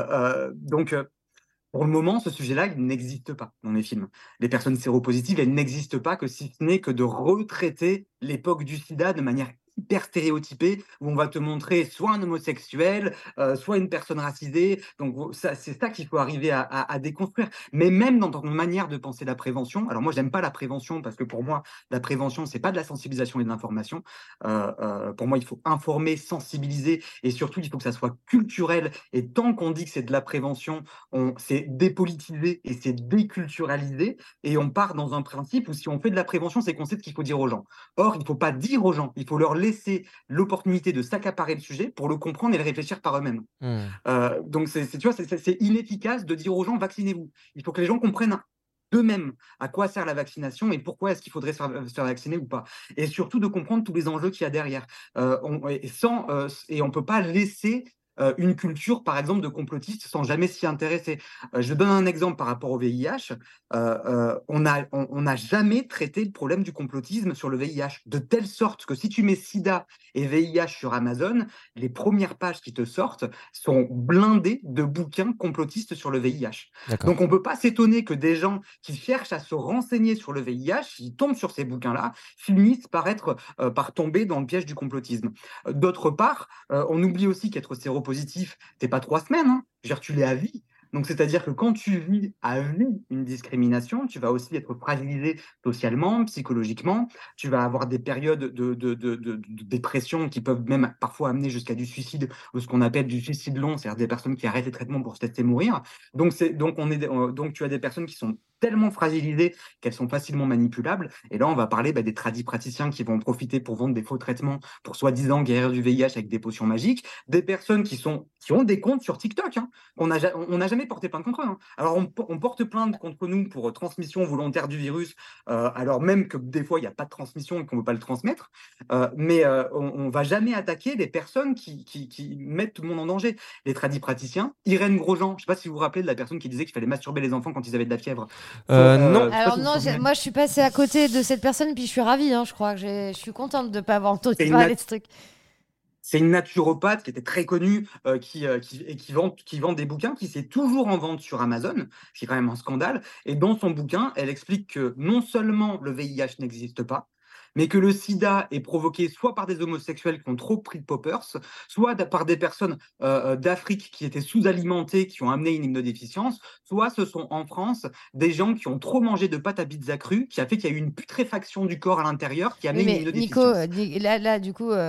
Donc, pour le moment, ce sujet-là, il n'existe pas dans les films. Les personnes séropositives, elles n'existent pas que si ce n'est que de retraiter l'époque du sida de manière hyper stéréotypée, où on va te montrer soit un homosexuel, soit une personne racisée. Donc, c'est ça qu'il faut arriver à déconstruire. Mais même dans notre manière de penser la prévention, alors moi, j'aime pas la prévention parce que pour moi, la prévention, c'est pas de la sensibilisation et de l'information. Pour moi, il faut informer, sensibiliser et surtout, il faut que ça soit culturel. Et tant qu'on dit que c'est de la prévention, c'est dépolitisé et c'est déculturalisé, et on part dans un principe où si on fait de la prévention, c'est qu'on sait ce qu'il faut dire aux gens. Or, il ne faut pas dire aux gens, il faut leur laisser l'opportunité de s'accaparer le sujet pour le comprendre et le réfléchir par eux-mêmes. Hmm. Donc, tu vois, c'est inefficace de dire aux gens, vaccinez-vous. Il faut que les gens comprennent d'eux-mêmes à quoi sert la vaccination et pourquoi est-ce qu'il faudrait se faire vacciner ou pas. Et surtout de comprendre tous les enjeux qu'il y a derrière. Et on ne peut pas laisser une culture, par exemple, de complotistes sans jamais s'y intéresser. Je donne un exemple par rapport au VIH. On n'a jamais traité le problème du complotisme sur le VIH, de telle sorte que si tu mets sida et VIH sur Amazon, les premières pages qui te sortent sont blindées de bouquins complotistes sur le VIH. D'accord. Donc on ne peut pas s'étonner que des gens qui cherchent à se renseigner sur le VIH, qui tombent sur ces bouquins-là, finissent par tomber dans le piège du complotisme. D'autre part, on oublie aussi qu'être séropositif, c'est pas 3 semaines, hein. Je veux dire, tu l'es à vie. Donc, c'est-à-dire que quand tu vis à vie une discrimination, tu vas aussi être fragilisé socialement, psychologiquement. Tu vas avoir des périodes de dépression qui peuvent même parfois amener jusqu'à du suicide ou ce qu'on appelle du suicide long, c'est-à-dire des personnes qui arrêtent les traitements pour se laisser mourir. Donc tu as des personnes qui sont tellement fragilisées qu'elles sont facilement manipulables. Et là, on va parler des tradipraticiens qui vont en profiter pour vendre des faux traitements pour soi-disant guérir du VIH avec des potions magiques. Des personnes qui ont des comptes sur TikTok, hein. On n'a jamais porté plainte contre eux, hein. Alors, on porte plainte contre nous pour transmission volontaire du virus, alors même que des fois, il n'y a pas de transmission et qu'on ne veut pas le transmettre. Mais on ne va jamais attaquer les personnes qui mettent tout le monde en danger. Les tradipraticiens, Irène Grosjean, je ne sais pas si vous vous rappelez de la personne qui disait qu'il fallait masturber les enfants quand ils avaient de la fièvre. Non. Je sais pas Alors si vous non, vous souvenez. moi je suis passée à côté de cette personne, puis je suis ravie, hein, je crois que je suis contente de ne pas avoir entendu C'est une, parler nat- de ce truc. c'est une naturopathe qui était très connue, qui vend des bouquins, qui s'est toujours en vente sur Amazon, ce qui est quand même un scandale. Et dans son bouquin, elle explique que non seulement le VIH n'existe pas, mais que le sida est provoqué soit par des homosexuels qui ont trop pris de poppers, soit par des personnes d'Afrique qui étaient sous-alimentées, qui ont amené une immunodéficience, soit ce sont en France des gens qui ont trop mangé de pâte à pizza crue, qui a fait qu'il y a eu une putréfaction du corps à l'intérieur, qui a Oui, amené une mais Nico, immunodéficience. là, du coup,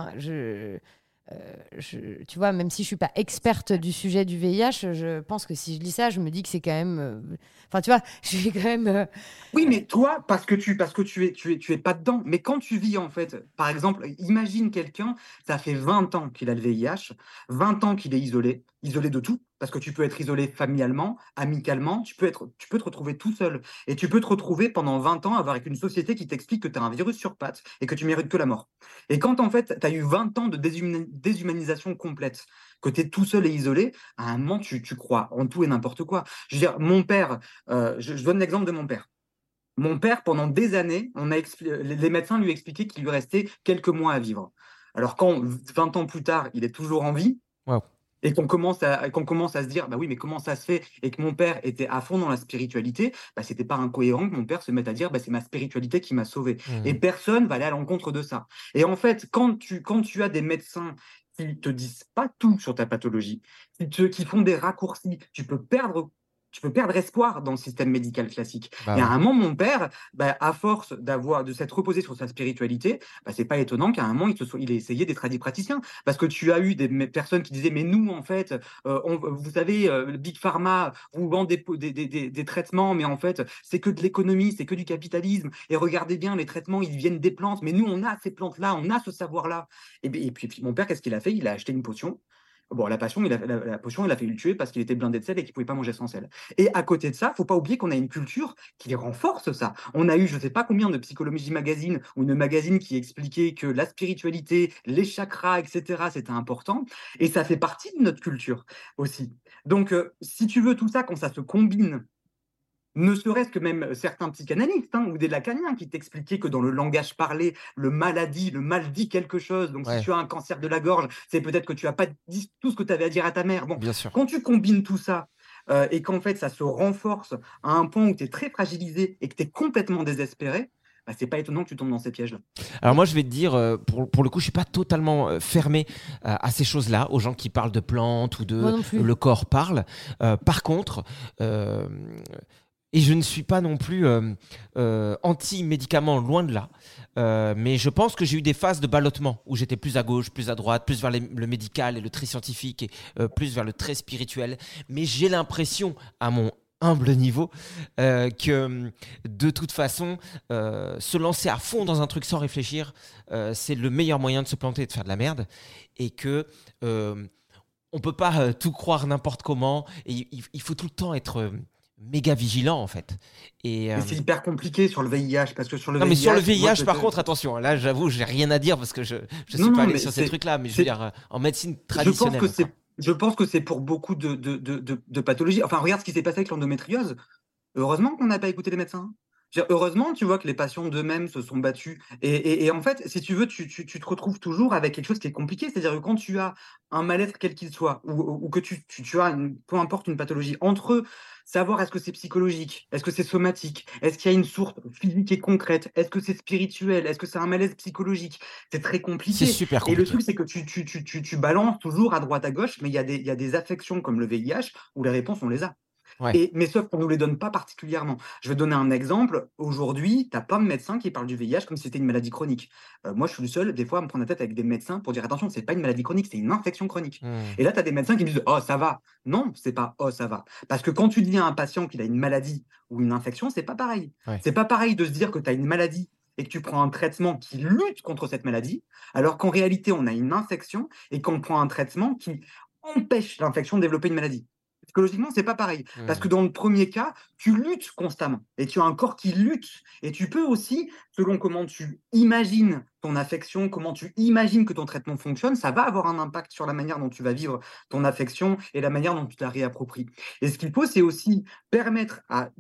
tu vois, même si je suis pas experte du sujet du VIH, je pense que si je lis ça, je me dis que c'est quand même. Enfin, tu vois, je suis quand même. Oui, mais toi, parce que tu es pas dedans. Mais quand tu vis, en fait, par exemple, imagine quelqu'un, ça fait 20 ans qu'il a le VIH, 20 ans qu'il est isolé, isolé de tout, parce que tu peux être isolé familialement, amicalement, tu peux te retrouver tout seul. Et tu peux te retrouver pendant 20 ans avec une société qui t'explique que tu as un virus sur pattes et que tu mérites que la mort. Et quand, en fait, tu as eu 20 ans de déshumanisation complète, que tu es tout seul et isolé, à un moment, tu crois en tout et n'importe quoi. Je veux dire, mon père, je donne l'exemple de mon père. Mon père, pendant des années, les médecins lui expliquaient qu'il lui restait quelques mois à vivre. Alors quand 20 ans plus tard, il est toujours en vie Waouh. et qu'on commence à se dire, bah oui, mais comment ça se fait? Et que mon père était à fond dans la spiritualité, bah c'était pas incohérent que mon père se mette à dire, bah c'est ma spiritualité qui m'a sauvé. Et Mmh. personne va aller à l'encontre de ça. Et en fait, quand tu as des médecins qui te disent pas tout sur ta pathologie, qui font des raccourcis, tu peux perdre espoir dans le système médical classique. Bah Et à ouais. un moment, mon père, bah, à force de s'être reposé sur sa spiritualité, bah, c'est pas étonnant qu'à un moment, il ait essayé d'être praticien. Parce que tu as eu des personnes qui disaient, mais nous, en fait, vous savez, Big Pharma vous vend des traitements, mais en fait, c'est que de l'économie, c'est que du capitalisme. Et regardez bien, les traitements, ils viennent des plantes, mais nous, on a ces plantes-là, on a ce savoir-là. Et puis, mon père, qu'est-ce qu'il a fait? Il a acheté une potion. Bon, la potion, il a fait le tuer parce qu'il était blindé de sel et qu'il pouvait pas manger sans sel. Et à côté de ça, faut pas oublier qu'on a une culture qui renforce ça. On a eu, je sais pas combien de Psychologie Magazine ou de magazines qui expliquaient que la spiritualité, les chakras, etc., c'était important. Et ça fait partie de notre culture aussi. Donc, si tu veux tout ça, quand ça se combine, ne serait-ce que même certains psychanalystes ou des lacaniens qui t'expliquaient que dans le langage parlé, le mal dit quelque chose. Donc, si Ouais, tu as un cancer de la gorge, c'est peut-être que tu n'as pas dit tout ce que tu avais à dire à ta mère. Bon, bien sûr. quand tu combines tout ça et qu'en fait, ça se renforce à un point où tu es très fragilisé et que tu es complètement désespéré, bah, c'est pas étonnant que tu tombes dans ces pièges-là. Alors moi, je vais te dire, pour le coup, je suis pas totalement fermé à ces choses-là, aux gens qui parlent de plantes ou Moi de non plus. le corps parle. Par contre, euh, et je ne suis pas non plus anti-médicaments, loin de là. Mais je pense que j'ai eu des phases de ballottement où j'étais plus à gauche, plus à droite, plus vers le médical et le très scientifique et plus vers le très spirituel. Mais j'ai l'impression, à mon humble niveau, que de toute façon, se lancer à fond dans un truc sans réfléchir, c'est le meilleur moyen de se planter et de faire de la merde. Et que on peut pas tout croire n'importe comment. Et il faut tout le temps être méga vigilant en fait. Et Mais c'est hyper compliqué sur le VIH, parce que sur le non, mais sur le VIH, moi, VIH, par contre, attention, là, j'avoue, j'ai rien à dire parce que je non, suis pas non, allé mais sur ces trucs-là, mais je veux c'est, dire, en médecine je pense traditionnelle que encore. c'est pour beaucoup de pathologies. Enfin, regarde ce qui s'est passé avec l'endométriose. Heureusement qu'on n'a pas écouté les médecins. Heureusement, tu vois que les patients d'eux-mêmes se sont battus. Et en fait, si tu veux, tu te retrouves toujours avec quelque chose qui est compliqué. C'est-à-dire que quand tu as un mal-être quel qu'il soit, ou que tu as, peu importe, une pathologie, entre eux, savoir est-ce que c'est psychologique, est-ce que c'est somatique, est-ce qu'il y a une source physique et concrète, est-ce que c'est spirituel, est-ce que c'est un malaise psychologique, c'est très C'est compliqué. super Et le compliqué. truc, c'est que tu balances toujours à droite, à gauche, mais il y a des affections comme le VIH où les réponses, on les a. Ouais. Mais sauf qu'on ne nous les donne pas particulièrement. Je vais donner un exemple. Aujourd'hui, tu as plein de médecins qui parlent du VIH comme si c'était une maladie chronique. Moi, je suis le seul, des fois, à me prendre la tête avec des médecins pour dire attention, c'est pas une maladie chronique, c'est une infection chronique. Hmm. Et là, tu as des médecins qui me disent oh, ça va. Non, c'est pas oh, ça va. Parce que quand tu dis à un patient qu'il a une maladie ou une infection, c'est pas pareil. Ouais. C'est pas pareil de se dire que tu as une maladie et que tu prends un traitement qui lutte contre cette maladie, alors qu'en réalité, on a une infection et qu'on prend un traitement qui empêche l'infection de développer une maladie. Psychologiquement, c'est pas pareil. Parce que Hmm. dans le premier cas, tu luttes constamment et tu as un corps qui lutte. Et tu peux aussi, selon comment tu imagines ton affection, comment tu imagines que ton traitement fonctionne, ça va avoir un impact sur la manière dont tu vas vivre ton affection et la manière dont tu la réappropries. Et ce qu'il faut, c'est aussi permettre à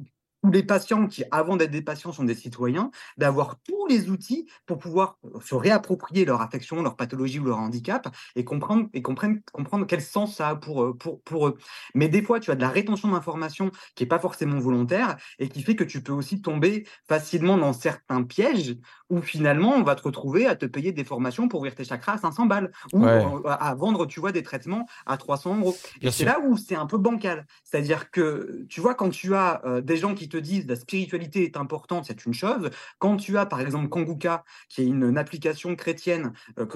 ou les patients qui, avant d'être des patients, sont des citoyens, d'avoir tous les outils pour pouvoir se réapproprier leur affection, leur pathologie ou leur handicap et comprendre quel sens ça a pour eux. Mais des fois, tu as de la rétention d'informations qui n'est pas forcément volontaire et qui fait que tu peux aussi tomber facilement dans certains pièges où finalement, on va te retrouver à te payer des formations pour ouvrir tes chakras à 500 balles ou à vendre, tu vois, des traitements à 300 euros. Et c'est là où c'est un peu bancal. C'est-à-dire que, tu vois, quand tu as des gens qui te disent la spiritualité est importante, c'est une chose. Quand tu as, par exemple, Kanguka, qui est une application chrétienne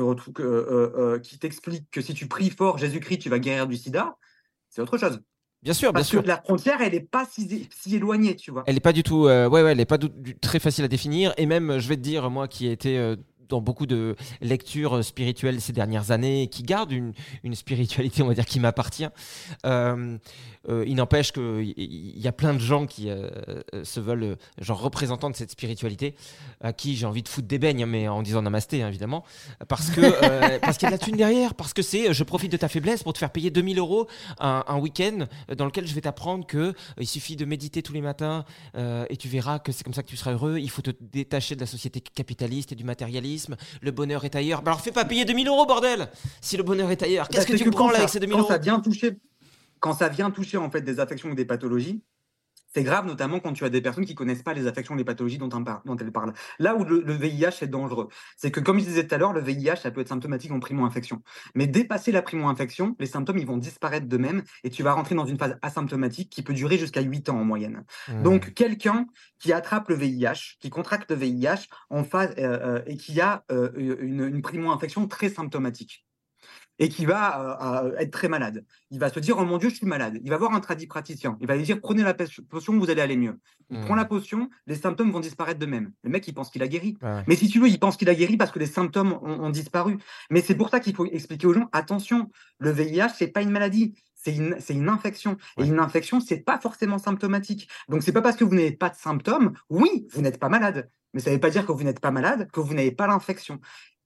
qui t'explique que si tu pries fort Jésus-Christ, tu vas guérir du sida, c'est autre chose. Bien sûr, bien Parce sûr. que la frontière, elle n'est pas si éloignée, tu vois. Elle n'est pas du tout, elle est pas très facile à définir. Et même, je vais te dire, moi qui ai été dans beaucoup de lectures spirituelles ces dernières années, et qui garde une spiritualité, on va dire, qui m'appartient. Il n'empêche qu'il y a plein de gens qui se veulent genre représentants de cette spiritualité, à qui j'ai envie de foutre des beignes, hein, mais en disant namasté, hein, évidemment, parce qu'il y a de la thune derrière, parce que c'est je profite de ta faiblesse pour te faire payer 2000 € un week-end dans lequel je vais t'apprendre que il suffit de méditer tous les matins et tu verras que c'est comme ça que tu seras heureux. Il faut te détacher de la société capitaliste et du matérialisme. Le bonheur est ailleurs. Bah alors fais pas payer 2000 € bordel. Si le bonheur est ailleurs, qu'est-ce que tu prends là avec ces 2000 €? Quand ça vient toucher en fait des affections ou des pathologies, c'est grave, notamment quand tu as des personnes qui ne connaissent pas les affections et les pathologies dont elles parlent. Là où le VIH est dangereux, c'est que, comme je disais tout à l'heure, le VIH, ça peut être symptomatique en primo-infection. Mais dépasser la primo-infection, les symptômes ils vont disparaître d'eux-mêmes et tu vas rentrer dans une phase asymptomatique qui peut durer jusqu'à 8 ans en moyenne. Donc, quelqu'un qui attrape le VIH, qui contracte le VIH en phase, et qui a une primo-infection très symptomatique, et qui va être très malade. Il va se dire « Oh mon Dieu, je suis malade ». Il va voir un tradipraticien. Il va lui dire « Prenez la potion, vous allez aller mieux ». Il prend la potion, les symptômes vont disparaître d'eux-mêmes. Le mec, il pense qu'il a guéri. Ouais. Mais si tu veux, il pense qu'il a guéri parce que les symptômes ont disparu. Mais c'est pour ça qu'il faut expliquer aux gens « Attention, le VIH, c'est pas une maladie ». C'est une infection. Ouais. Et une infection, c'est pas forcément symptomatique. Donc, c'est pas parce que vous n'avez pas de symptômes, oui, vous n'êtes pas malade. Mais ça ne veut pas dire que vous n'êtes pas malade, que vous n'avez pas l'infection.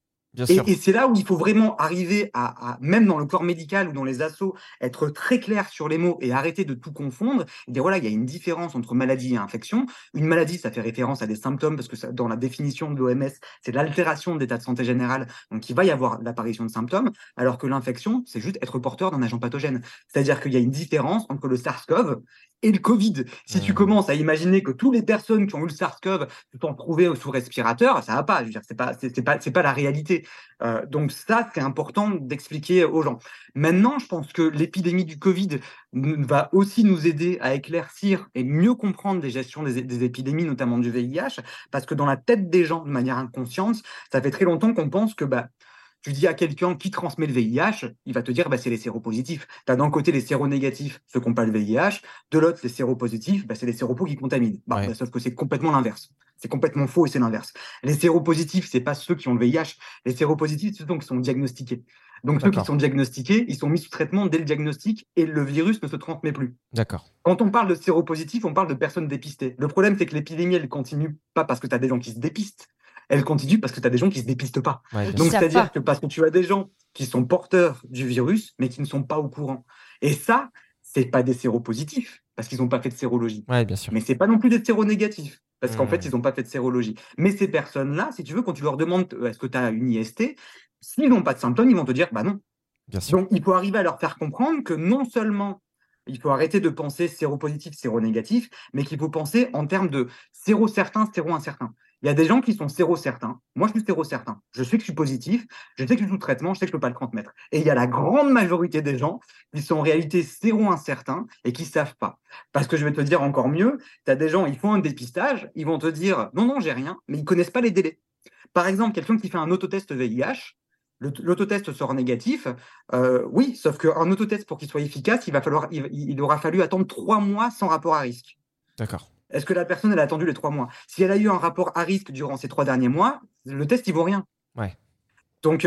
Et c'est là où il faut vraiment arriver à, même dans le corps médical ou dans les assos, être très clair sur les mots et arrêter de tout confondre. Et dire voilà, il y a une différence entre maladie et infection. Une maladie, ça fait référence à des symptômes parce que ça, dans la définition de l'OMS, c'est l'altération de l'état de santé général. Donc, il va y avoir l'apparition de symptômes, alors que l'infection, c'est juste être porteur d'un agent pathogène. C'est-à-dire qu'il y a une différence entre le SARS-CoV et le Covid. Si tu commences à imaginer que toutes les personnes qui ont eu le SARS-CoV se sont retrouvées sous respirateur, ça va pas. Je veux dire, c'est pas la réalité. Donc ça, c'est important d'expliquer aux gens. Maintenant, je pense que l'épidémie du Covid va aussi nous aider à éclaircir et mieux comprendre les gestions des épidémies, notamment du VIH, parce que dans la tête des gens, de manière inconsciente, ça fait très longtemps qu'on pense que tu dis à quelqu'un qui transmet le VIH, il va te dire c'est les séropositifs. Tu as d'un côté les séronégatifs, ceux qui n'ont pas le VIH, de l'autre les séropositifs, c'est les séropos qui contaminent. Sauf que c'est complètement l'inverse. C'est complètement faux et c'est l'inverse. Les séropositifs, c'est pas ceux qui ont le VIH. Les séropositifs, c'est ceux qui sont diagnostiqués. Donc ceux qui sont diagnostiqués, ils sont mis sous traitement dès le diagnostic et le virus ne se transmet plus. D'accord. Quand on parle de séropositifs, on parle de personnes dépistées. Le problème, c'est que l'épidémie, elle continue pas parce que tu as des gens qui se dépistent. Elle continue parce que tu as des gens qui ne se dépistent pas. Ouais, donc, c'est-à-dire que parce que tu as des gens qui sont porteurs du virus, mais qui ne sont pas au courant. Et ça, ce n'est pas des séropositifs, parce qu'ils n'ont pas fait de sérologie. Ouais, bien sûr. Mais ce n'est pas non plus des séronégatifs, parce qu'en fait, ils n'ont pas fait de sérologie. Mais ces personnes-là, si tu veux, quand tu leur demandes est-ce que tu as une IST, s'ils n'ont pas de symptômes, ils vont te dire non. Bien sûr. Donc, il faut arriver à leur faire comprendre que non seulement il faut arrêter de penser séropositif, séronégatif, mais qu'il faut penser en termes de séro-certain, séro-incertain. Il y a des gens qui sont séro-certains. Moi, je suis séro-certain. Je sais que je suis positif, je sais que je suis sous traitement, je sais que je ne peux pas le transmettre. Et il y a la grande majorité des gens qui sont en réalité séro-incertains et qui ne savent pas. Parce que je vais te dire encore mieux, tu as des gens, ils font un dépistage, ils vont te dire non, j'ai rien, mais ils ne connaissent pas les délais. Par exemple, quelqu'un qui fait un autotest VIH, l'autotest sort négatif, oui, sauf qu'un autotest, pour qu'il soit efficace, il aura fallu attendre 3 mois sans rapport à risque. D'accord. Est-ce que la personne, elle a attendu les 3 mois? Si elle a eu un rapport à risque durant ces 3 derniers mois, le test, il vaut rien. Ouais. Donc,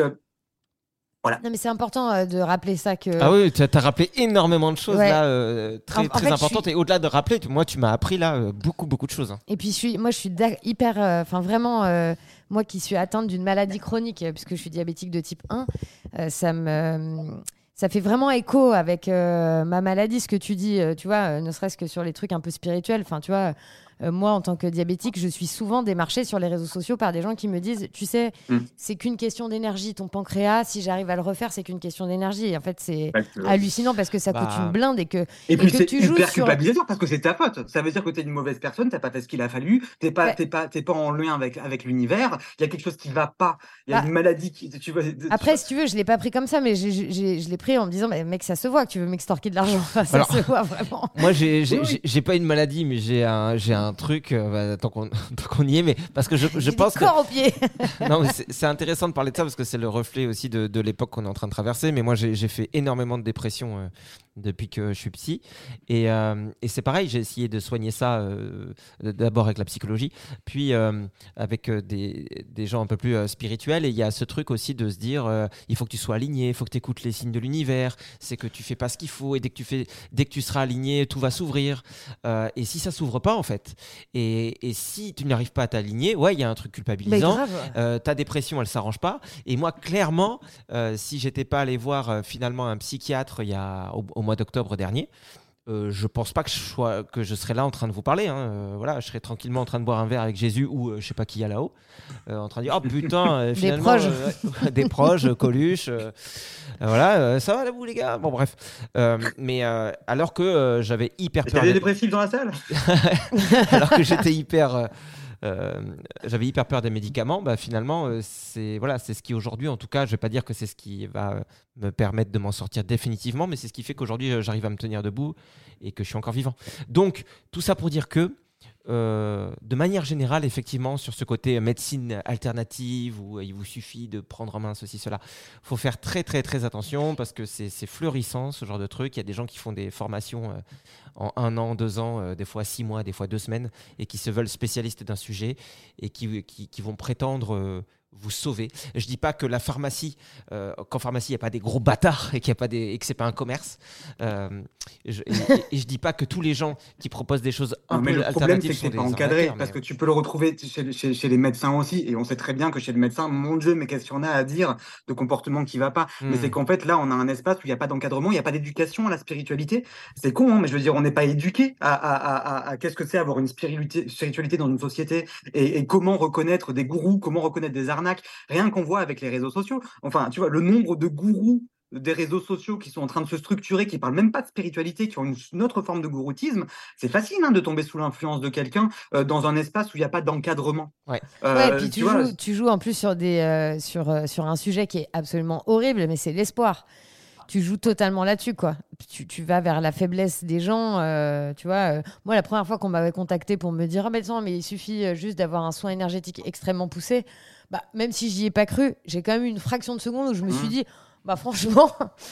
voilà. Non, mais c'est important de rappeler ça. Ah oui, tu as rappelé énormément de choses là, très importantes. Et au-delà de rappeler, moi, tu m'as appris là beaucoup de choses. Hein. Et puis, je suis hyper. Vraiment, moi qui suis atteinte d'une maladie chronique, puisque je suis diabétique de type 1, ça ça fait vraiment écho avec ma maladie, ce que tu dis, tu vois, ne serait-ce que sur les trucs un peu spirituels. Enfin, tu vois, moi, en tant que diabétique, je suis souvent démarchée sur les réseaux sociaux par des gens qui me disent, tu sais, c'est qu'une question d'énergie. Ton pancréas, si j'arrive à le refaire, c'est qu'une question d'énergie. Et en fait, c'est hallucinant parce que ça coûte une blinde Et que puis c'est tu joues hyper sur... culpabilisateur parce que c'est ta faute. Ça veut dire que t'es une mauvaise personne, t'as pas fait ce qu'il a fallu, t'es pas en lien avec l'univers. Il y a quelque chose qui va pas. Il y a une maladie qui, tu vois. Après, si tu veux, je l'ai pas pris comme ça, mais je l'ai pris en me disant, mais mec, ça se voit que tu veux m'extorquer de l'argent. Enfin, ça se voit vraiment. Moi, j'ai pas une maladie, mais j'ai un truc. Tant qu'on y est, mais parce que je pense que corps au pied. Non, mais c'est intéressant de parler de ça parce que c'est le reflet aussi de l'époque qu'on est en train de traverser. Mais moi, j'ai fait énormément de dépression depuis que je suis psy, et c'est pareil. J'ai essayé de soigner ça d'abord avec la psychologie, puis avec des gens un peu plus spirituels. Et il y a ce truc aussi de se dire, il faut que tu sois aligné, il faut que tu écoutes les signes de l'univers. C'est que tu fais pas ce qu'il faut, et dès que tu seras aligné, tout va s'ouvrir. Et si ça s'ouvre pas, en fait, et si tu n'arrives pas à t'aligner, ouais, il y a un truc culpabilisant. Ta dépression, elle s'arrange pas. Et moi, clairement, si j'étais pas allé voir finalement un psychiatre au mois d'octobre dernier, je pense pas que je serais là en train de vous parler. Voilà, je serais tranquillement en train de boire un verre avec Jésus ou je sais pas qui y a là-haut, en train de dire oh putain, finalement des proches, Coluche, voilà, ça va là vous les gars. Bon bref, mais alors que j'avais hyper peur. T'avais des dépressifs dans la salle. Alors que j'étais j'avais hyper peur des médicaments, bah finalement c'est ce qui aujourd'hui, en tout cas, je vais pas dire que c'est ce qui va me permettre de m'en sortir définitivement, mais c'est ce qui fait qu'aujourd'hui j'arrive à me tenir debout et que je suis encore vivant. Donc tout ça pour dire que de manière générale, effectivement, sur ce côté médecine alternative où il vous suffit de prendre en main ceci, cela, il faut faire très très très attention parce que c'est fleurissant ce genre de truc. Il y a des gens qui font des formations en 1 an, 2 ans, des fois 6 mois, des fois 2 semaines, et qui se veulent spécialistes d'un sujet et qui vont prétendre vous sauver. Je dis pas que la pharmacie, qu'en pharmacie il n'y a pas des gros bâtards et que c'est pas un commerce. Et je dis pas que tous les gens qui proposent des choses un peu alternatives sont des Le problème, c'est que c'est pas encadré, parce que tu peux le retrouver chez les médecins aussi, et on sait très bien que chez le médecin, mon Dieu, mais qu'est-ce qu'il y en a à dire de comportement qui va pas. Mais c'est qu'en fait, là, on a un espace où il n'y a pas d'encadrement, il n'y a pas d'éducation à la spiritualité. C'est con, hein, mais je veux dire, on n'est pas éduqué à qu'est-ce que c'est avoir une spiritualité dans une société, et comment reconnaître des gourous, comment reconnaître des arnaques. Rien qu'on voit avec les réseaux sociaux. Enfin, tu vois, le nombre de gourous des réseaux sociaux qui sont en train de se structurer, qui parlent même pas de spiritualité, qui ont une autre forme de gouroutisme, c'est facile de tomber sous l'influence de quelqu'un dans un espace où il n'y a pas d'encadrement. Ouais. Et puis tu joues en plus sur sur un sujet qui est absolument horrible, mais c'est l'espoir. Tu joues totalement là-dessus, quoi. Tu vas vers la faiblesse des gens, tu vois. Moi, la première fois qu'on m'avait contacté pour me dire « Ah, mais il suffit juste d'avoir un soin énergétique extrêmement poussé », bah, même si j'y ai pas cru, j'ai quand même eu une fraction de seconde où je me suis dit « Bah, franchement,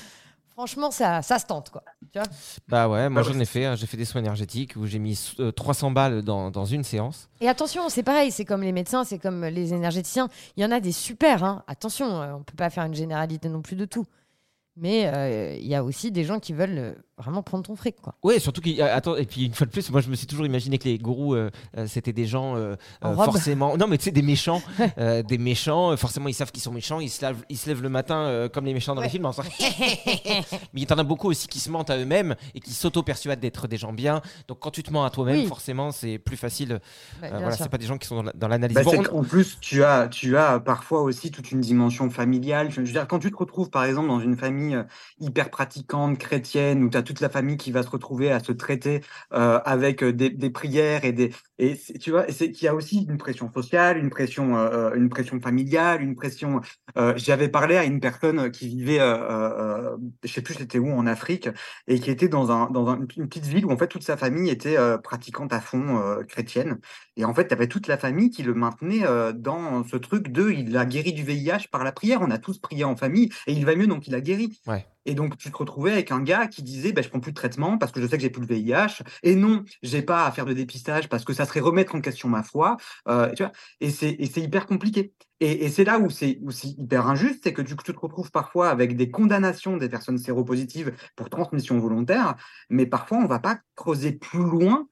ça se tente, quoi. » Tu vois ? Bah ouais, moi j'en ai fait. J'ai fait des soins énergétiques où j'ai mis 300 balles dans une séance. Et attention, c'est pareil, c'est comme les médecins, c'est comme les énergéticiens. Il y en a des super, hein. Attention, on peut pas faire une généralité non plus de tout. Mais il y a aussi des gens qui veulent vraiment prendre ton fric, quoi. Oui, surtout attends, et puis une fois de plus, moi je me suis toujours imaginé que les gourous c'était des gens forcément, non mais tu sais, des méchants, forcément ils savent qu'ils sont méchants, ils se lèvent le matin comme les méchants dans les films, en mais il y en a beaucoup aussi qui se mentent à eux-mêmes et qui s'auto-persuadent d'être des gens bien. Donc quand tu te mens à toi-même, forcément c'est plus facile. Voilà, c'est pas des gens qui sont dans l'analyse. En plus, tu as parfois aussi toute une dimension familiale. Je veux dire, quand tu te retrouves par exemple dans une famille hyper pratiquante, chrétienne, où tu as toute la famille qui va se retrouver à se traiter avec des prières tu vois, c'est qu'il y a aussi une pression sociale, une pression familiale, une pression. J'avais parlé à une personne qui vivait, je sais plus c'était où en Afrique, et qui était dans une petite ville où en fait toute sa famille était pratiquante à fond chrétienne, et en fait tu avais toute la famille qui le maintenait dans ce truc il a guéri du VIH par la prière. On a tous prié en famille et il va mieux, donc il a guéri. Ouais. Et donc, tu te retrouvais avec un gars qui disait je prends plus de traitement parce que je sais que j'ai plus le VIH. Et non, j'ai pas à faire de dépistage parce que ça serait remettre en question ma foi. Tu vois, et c'est hyper compliqué. Et c'est là où c'est hyper injuste, c'est que tu te retrouves parfois avec des condamnations des personnes séropositives pour transmission volontaire, mais parfois on va pas creuser plus loin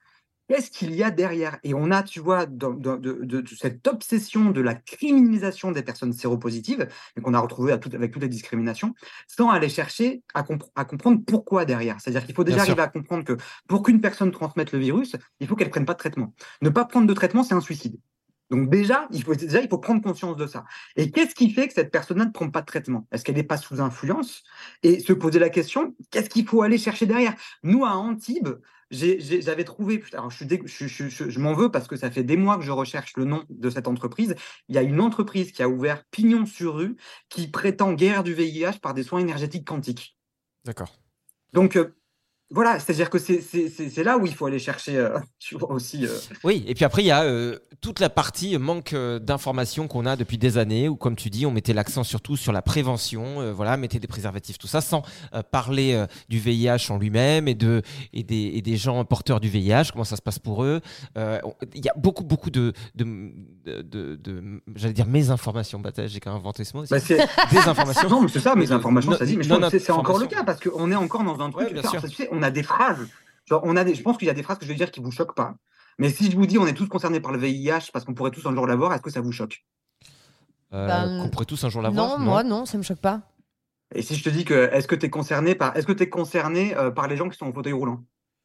qu'est-ce qu'il y a derrière? Et on a, tu vois, de cette obsession de la criminalisation des personnes séropositives, et qu'on a retrouvé avec toutes les discriminations, sans aller chercher à comprendre pourquoi derrière. C'est-à-dire qu'il faut déjà Bien sûr. arriver à comprendre que pour qu'une personne transmette le virus, il faut qu'elle ne prenne pas de traitement. Ne pas prendre de traitement, c'est un suicide. Donc déjà, il faut prendre conscience de ça. Et qu'est-ce qui fait que cette personne-là ne prend pas de traitement? Est-ce qu'elle n'est pas sous influence? Et se poser la question, qu'est-ce qu'il faut aller chercher derrière? Nous, à Antibes, j'avais trouvé, alors je m'en veux parce que ça fait des mois que je recherche le nom de cette entreprise. Il y a une entreprise qui a ouvert pignon sur rue qui prétend guérir du VIH par des soins énergétiques quantiques. D'accord. Donc voilà, c'est-à-dire que c'est là où il faut aller chercher, tu vois aussi. Oui, et puis après, il y a toute la partie manque d'informations qu'on a depuis des années, où, comme tu dis, on mettait l'accent surtout sur la prévention, voilà, mettez des préservatifs, tout ça, sans parler du VIH en lui-même et des gens porteurs du VIH, comment ça se passe pour eux. Il y a beaucoup de j'allais dire mésinformations, j'ai quand même inventé ce mot aussi. Désinformations. Non, mais c'est ça, mésinformations, ça dit, mais c'est encore le information. cas, parce qu'on est encore dans un truc, Ouais, bien sûr. tu sais, on a des phrases, genre, je pense qu'il y a des phrases que je vais dire qui vous choquent pas. Mais si je vous dis on est tous concernés par le VIH parce qu'on pourrait tous un jour l'avoir, est-ce que ça vous choque? Qu'on pourrait tous un jour l'avoir? Non, moi, non, ça me choque pas. Et si je te dis que est-ce que tu es concerné par les gens qui sont en fauteuil roulant?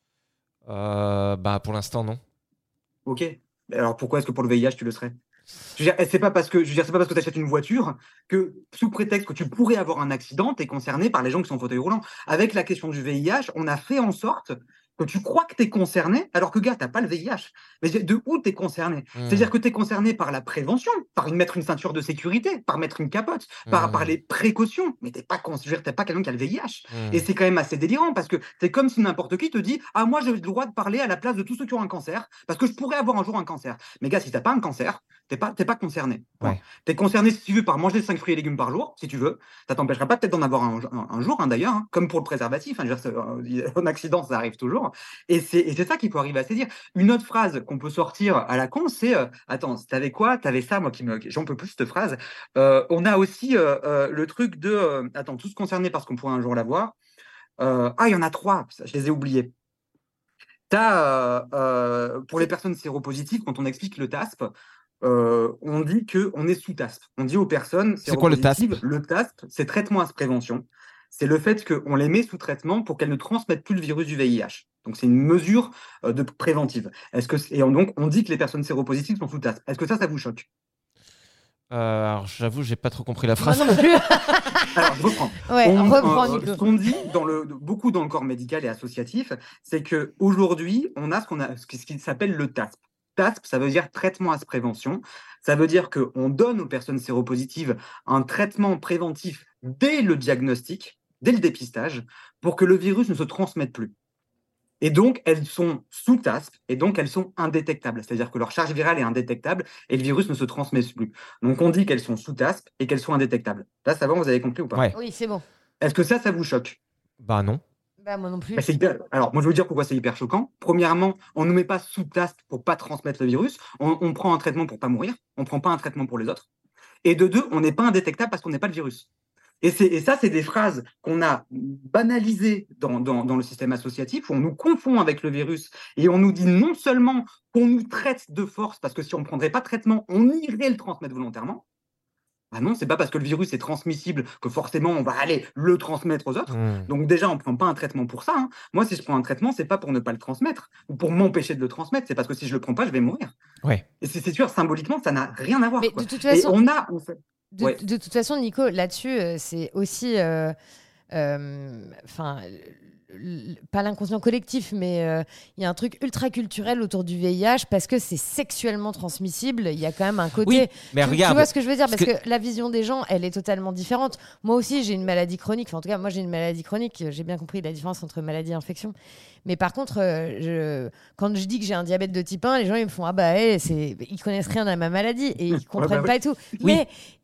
Pour l'instant, non. Ok. Alors pourquoi est-ce que pour le VIH tu le serais? Je veux dire, c'est pas parce que tu achètes une voiture que, sous prétexte que tu pourrais avoir un accident, tu es concerné par les gens qui sont en fauteuil roulant. Avec la question du VIH, on a fait en sorte que tu crois que tu es concerné, alors que, gars, tu n'as pas le VIH. Mais de où tu es concerné? C'est-à-dire que tu es concerné par la prévention, par mettre une ceinture de sécurité, par mettre une capote, par les précautions. Mais tu n'es pas quelqu'un qui a le VIH. Et c'est quand même assez délirant, parce que c'est comme si n'importe qui te dit « Ah, moi, j'ai le droit de parler à la place de tous ceux qui ont un cancer, parce que je pourrais avoir un jour un cancer. » Mais gars, si tu n'as pas un cancer, t'es pas concerné. Ouais. T'es concerné si tu veux par manger 5 fruits et légumes par jour, si tu veux. Ça t'empêchera pas peut-être d'en avoir un jour, hein, d'ailleurs, hein, comme pour le préservatif. Hein, un accident, ça arrive toujours. Et c'est ça qu'il faut arriver à saisir. Une autre phrase qu'on peut sortir à la con, c'est attends, t'avais quoi? T'avais ça, moi j'en peux plus cette phrase. On a aussi le truc de attends, tous concernés parce qu'on pourrait un jour l'avoir. Il y en a 3, je les ai oubliés. Pour les personnes séropositives, quand on explique le TASP, on dit qu'on est sous TASP. On dit aux personnes C'est quoi le séropositives, le TASP, c'est traitement à prévention. C'est le fait qu'on les met sous traitement pour qu'elles ne transmettent plus le virus du VIH. Donc, c'est une mesure de préventive. Donc, on dit que les personnes séropositives sont sous TASP. Est-ce que ça vous choque? Alors, j'avoue, j'ai pas trop compris la phrase. Moi non plus. Alors, je reprends. Ouais, reprends, Nico. Ce qu'on dit beaucoup dans le corps médical et associatif, c'est qu'aujourd'hui, on a ce qui s'appelle le TASP. TASP, ça veut dire traitement à prévention. Ça veut dire qu'on donne aux personnes séropositives un traitement préventif dès le diagnostic, dès le dépistage, pour que le virus ne se transmette plus. Et donc, elles sont sous TASP, et donc elles sont indétectables. C'est-à-dire que leur charge virale est indétectable, et le virus ne se transmet plus. Donc, on dit qu'elles sont sous TASP et qu'elles sont indétectables. Là, ça va, vous avez compris ou pas? Ouais. Oui, c'est bon. Est-ce que ça vous choque? Non. Moi non plus. Alors, moi, je veux dire pourquoi c'est hyper choquant. Premièrement, on ne met pas sous TASP pour pas transmettre le virus. On prend un traitement pour pas mourir. On prend pas un traitement pour les autres. Et de deux, on n'est pas indétectable parce qu'on n'est pas le virus. Et ça, c'est des phrases qu'on a banalisées dans le système associatif, où on nous confond avec le virus et on nous dit non seulement qu'on nous traite de force, parce que si on ne prendrait pas de traitement, on irait le transmettre volontairement. Ah non, c'est pas parce que le virus est transmissible que forcément on va aller le transmettre aux autres. Donc déjà, on prend pas un traitement pour ça. Hein. Moi, si je prends un traitement, c'est pas pour ne pas le transmettre ou pour m'empêcher de le transmettre. C'est parce que si je le prends pas, je vais mourir. Ouais. Et c'est sûr, symboliquement, ça n'a rien à voir. Mais quoi. de toute façon, de toute façon, Nico, là-dessus, c'est aussi, pas l'inconscient collectif, mais il y a un truc ultra culturel autour du VIH parce que c'est sexuellement transmissible. Il y a quand même un côté. Oui, mais tu vois ce que je veux dire? Parce que la vision des gens, elle est totalement différente. Moi aussi, j'ai une maladie chronique. Enfin, en tout cas, moi, j'ai une maladie chronique. J'ai bien compris la différence entre maladie et infection. Mais par contre, quand je dis que j'ai un diabète de type 1, les gens ils me font ils connaissent rien à ma maladie et ils comprennent pas et tout. Oui. Mais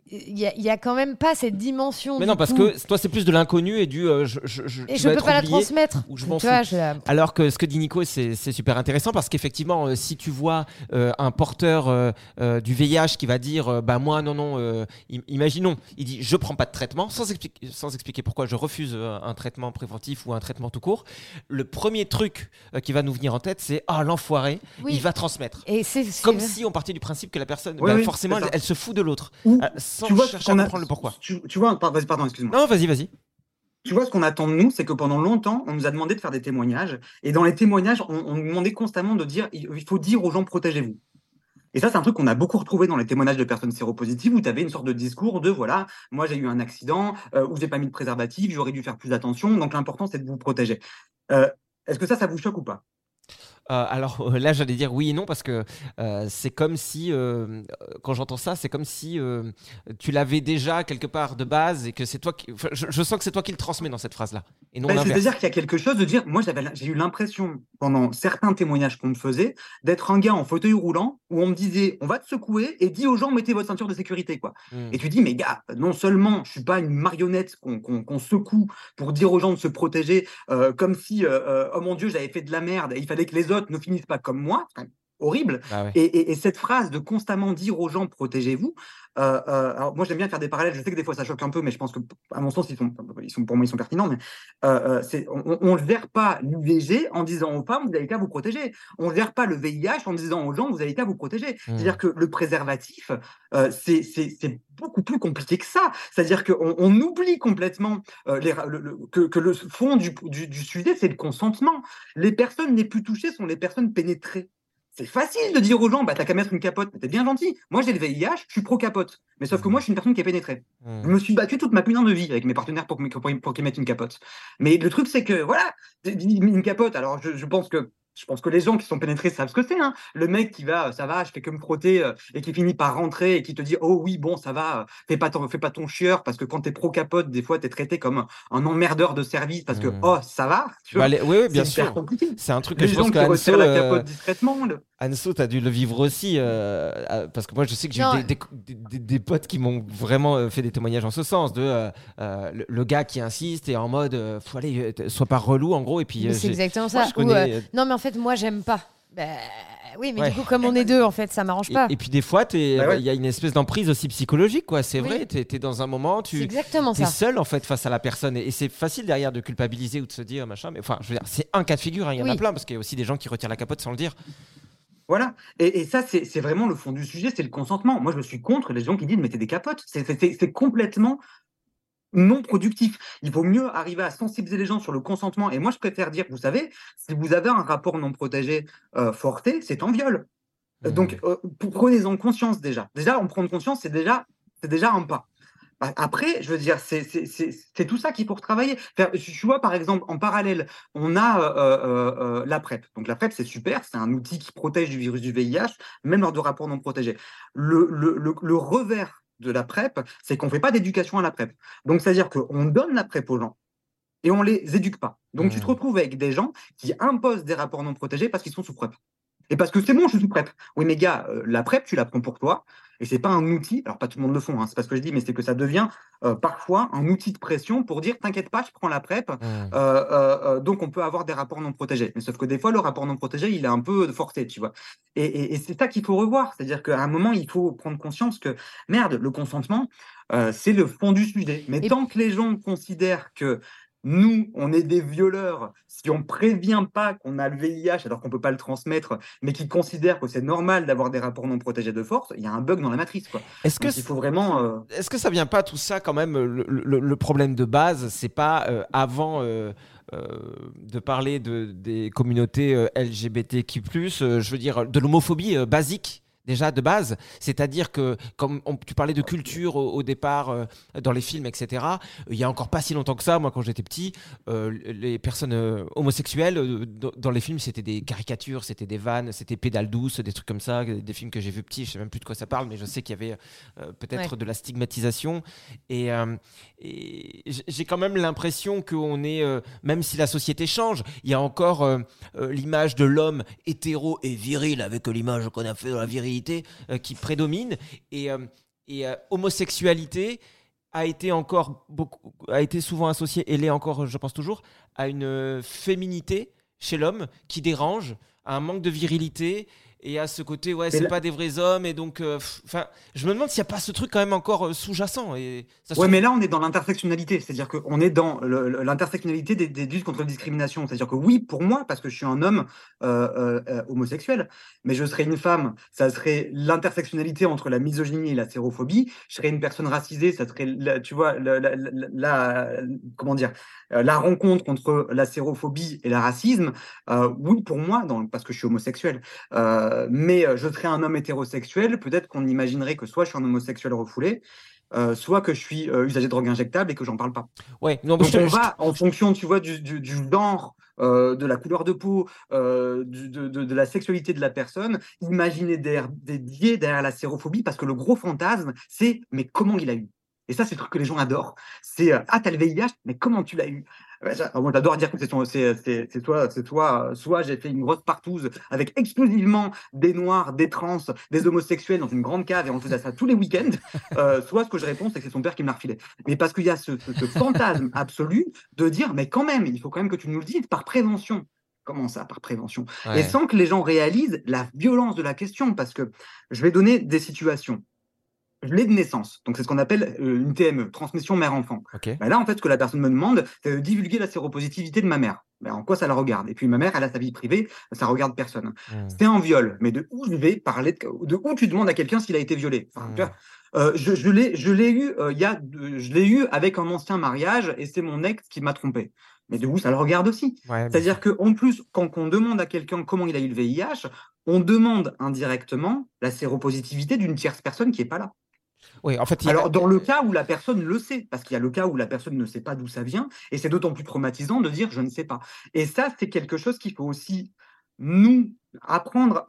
il y a quand même pas cette dimension. Mais non, parce que toi, c'est plus de l'inconnu et du et je peux pas la transmettre. Je m'en fous. Alors que ce que dit Nico, c'est super intéressant parce qu'effectivement, si tu vois un porteur du VIH qui va dire moi, non, imaginons, il dit je prends pas de traitement sans expliquer pourquoi je refuse un traitement préventif ou un traitement tout court. Le premier truc qui va nous venir en tête, c'est l'enfoiré, il va transmettre. Et c'est comme si on partait du principe que la personne, forcément, elle se fout de l'autre. Sans chercher à comprendre le pourquoi. Tu vois, pardon, excuse-moi. Non, vas-y. Tu vois, ce qu'on attend de nous, c'est que pendant longtemps, on nous a demandé de faire des témoignages. Et dans les témoignages, on nous demandait constamment de dire il faut dire aux gens protégez-vous. Et ça, c'est un truc qu'on a beaucoup retrouvé dans les témoignages de personnes séropositives où tu avais une sorte de discours de voilà, moi j'ai eu un accident, où j'ai pas mis de préservatif, j'aurais dû faire plus attention, donc l'important c'est de vous protéger. Est-ce que ça vous choque ou pas ? Alors là, j'allais dire oui et non parce que c'est comme si, quand j'entends ça, c'est comme si tu l'avais déjà quelque part de base et que c'est toi qui. Je sens que c'est toi qui le transmets dans cette phrase-là. Et non l'inverse. C'est-à-dire qu'il y a quelque chose de dire. Moi, j'ai eu l'impression pendant certains témoignages qu'on me faisait d'être un gars en fauteuil roulant où on me disait on va te secouer et dis aux gens mettez votre ceinture de sécurité quoi. Et tu dis mais gars, non seulement je suis pas une marionnette qu'on secoue pour dire aux gens de se protéger comme si oh mon Dieu j'avais fait de la merde et il fallait que les autres ne finissent pas comme moi, horrible. Ouais. Et cette phrase de constamment dire aux gens protégez-vous, alors moi j'aime bien faire des parallèles, je sais que des fois ça choque un peu, mais je pense que à mon sens pour moi ils sont pertinents, mais on ne gère pas l'IVG en disant aux femmes vous n'avez qu'à vous protéger, on ne gère pas le VIH en disant aux gens vous n'avez qu'à vous protéger. C'est-à-dire que le préservatif c'est beaucoup plus compliqué que ça, c'est-à-dire qu'on oublie complètement que le fond du sujet c'est le consentement. Les personnes les plus touchées sont les personnes pénétrées. C'est facile de dire aux gens, t'as qu'à mettre une capote, t'es bien gentil. Moi, j'ai le VIH, je suis pro-capote. Mais sauf que moi, je suis une personne qui est pénétrée. Je me suis battu toute ma putain de vie avec mes partenaires pour qu'ils mettent une capote. Mais le truc, c'est que, voilà, une capote, alors je pense que les gens qui sont pénétrés savent ce que c'est. Hein. Le mec qui va, ça va, je fais que me frotter et qui finit par rentrer et qui te dit, oh oui, bon, ça va, fais pas ton chieur parce que quand t'es pro-capote, des fois, t'es traité comme un emmerdeur de service parce que, ça va. Tu vois, oui, bien sûr. C'est compliqué. C'est un truc que les je pense gens que qui retirent la capote discrètement. Anso, t'as dû le vivre aussi parce que moi, je sais que j'ai eu des potes qui m'ont vraiment fait des témoignages en ce sens de le gars qui insiste et en mode, faut aller, sois pas relou en gros et puis. C'est exactement ça. Non, mais en fait, moi, j'aime pas. Oui, mais du coup, comme on est deux, en fait, ça m'arrange pas. Et puis des fois, il y a une espèce d'emprise aussi psychologique, quoi. C'est vrai, t'es dans un moment, t'es seul en fait face à la personne, et c'est facile derrière de culpabiliser ou de se dire machin. Mais enfin, je veux dire, c'est un cas de figure. Il y en a plein parce qu'il y a aussi des gens qui retirent la capote sans le dire. Voilà, et ça, c'est vraiment le fond du sujet, c'est le consentement. Moi, je suis contre les gens qui disent mettez des capotes. C'est complètement non productif. Il vaut mieux arriver à sensibiliser les gens sur le consentement. Et moi, je préfère dire, vous savez, si vous avez un rapport non protégé forté, c'est en viol. Donc, prenez-en conscience déjà. Déjà, en prendre conscience, c'est déjà un pas. Après, je veux dire, c'est tout ça qu'il faut retravailler. Tu vois, par exemple, en parallèle, on a la PrEP. Donc la PrEP, c'est super, c'est un outil qui protège du virus du VIH, même lors de rapports non protégés. Le revers de la PrEP, c'est qu'on ne fait pas d'éducation à la PrEP. Donc, c'est-à-dire qu'on donne la PrEP aux gens et on ne les éduque pas. Donc, tu te retrouves avec des gens qui imposent des rapports non protégés parce qu'ils sont sous PrEP. Et parce que c'est bon, je suis sous PrEP. Oui, mais gars, la PrEP, tu la prends pour toi. Et c'est pas un outil, alors pas tout le monde le font, hein, c'est pas ce que je dis, mais c'est que ça devient parfois un outil de pression pour dire t'inquiète pas, je prends la PrEP, donc on peut avoir des rapports non protégés. Mais sauf que des fois, le rapport non protégé, il est un peu forcé, tu vois. Et c'est ça qu'il faut revoir, c'est-à-dire qu'à un moment, il faut prendre conscience que, merde, le consentement, c'est le fond du sujet. Mais tant que les gens considèrent que nous, on est des violeurs, si on ne prévient pas qu'on a le VIH alors qu'on ne peut pas le transmettre, mais qu'ils considèrent que c'est normal d'avoir des rapports non protégés de force, il y a un bug dans la matrice, quoi. Est-ce que ça vient pas tout ça quand même, le problème de base, c'est pas avant de parler des communautés LGBTQ+, je veux dire de l'homophobie basique déjà de base, c'est-à-dire que comme tu parlais de culture au départ dans les films, etc. Il y a encore pas si longtemps que ça, moi quand j'étais petit, les personnes homosexuelles dans les films c'était des caricatures, c'était des vannes, c'était pédale douce, des trucs comme ça, des films que j'ai vus petits, je sais même plus de quoi ça parle, mais je sais qu'il y avait peut-être de la stigmatisation et j'ai quand même l'impression qu'on est, même si la société change, il y a encore l'image de l'homme hétéro et viril avec l'image qu'on a fait dans la virilité qui prédomine et Et homosexualité a été souvent associée, et l'est encore, je pense toujours, à une féminité chez l'homme qui dérange, à un manque de virilité et à ce côté, c'est pas des vrais hommes. Et donc, je me demande s'il n'y a pas ce truc quand même encore sous-jacent. Et ça mais là, on est dans l'intersectionnalité. C'est-à-dire qu'on est dans l'intersectionnalité des luttes contre la discrimination. C'est-à-dire que oui, pour moi, parce que je suis un homme homosexuel, mais je serais une femme, ça serait l'intersectionnalité entre la misogynie et la sérophobie. Je serais une personne racisée, ça serait, comment dire, la rencontre entre la sérophobie et le racisme. Oui, pour moi, parce que je suis homosexuel. Mais je serais un homme hétérosexuel, peut-être qu'on imaginerait que soit je suis un homosexuel refoulé, soit que je suis usager de drogue injectable et que j'en parle pas. Donc on va en fonction, tu vois, du genre, de la couleur de peau, de la sexualité de la personne, imaginer des biais derrière la sérophobie, parce que le gros fantasme, c'est mais comment il a eu? Et ça, c'est le truc que les gens adorent. C'est t'as le VIH, mais comment tu l'as eu? Moi, j'adore dire que soit j'ai fait une grosse partouze avec exclusivement des noirs, des trans, des homosexuels dans une grande cave et on faisait ça tous les week-ends. Soit ce que je réponds, c'est que c'est son père qui me l'a refilé. Mais parce qu'il y a ce fantasme absolu de dire, mais quand même, il faut quand même que tu nous le dises par prévention. Comment ça, par prévention? Et sans que les gens réalisent la violence de la question, parce que je vais donner des situations. Je l'ai de naissance, donc c'est ce qu'on appelle une TME, transmission mère-enfant. Okay. Là, en fait, ce que la personne me demande, c'est de divulguer la séropositivité de ma mère. En quoi ça la regarde? Et puis ma mère, elle a sa vie privée, ça regarde personne. C'est un viol, mais de où je vais parler, de où tu demandes à quelqu'un s'il a été violé? Je l'ai eu avec un ancien mariage et c'est mon ex qui m'a trompé. Mais de où ça le regarde aussi? C'est-à-dire qu'en plus, quand on demande à quelqu'un comment il a eu le VIH, on demande indirectement la séropositivité d'une tierce personne qui n'est pas là. Oui, en fait, alors, dans le cas où la personne le sait, parce qu'il y a le cas où la personne ne sait pas d'où ça vient, et c'est d'autant plus traumatisant de dire je ne sais pas. Et ça, c'est quelque chose qu'il faut aussi nous apprendre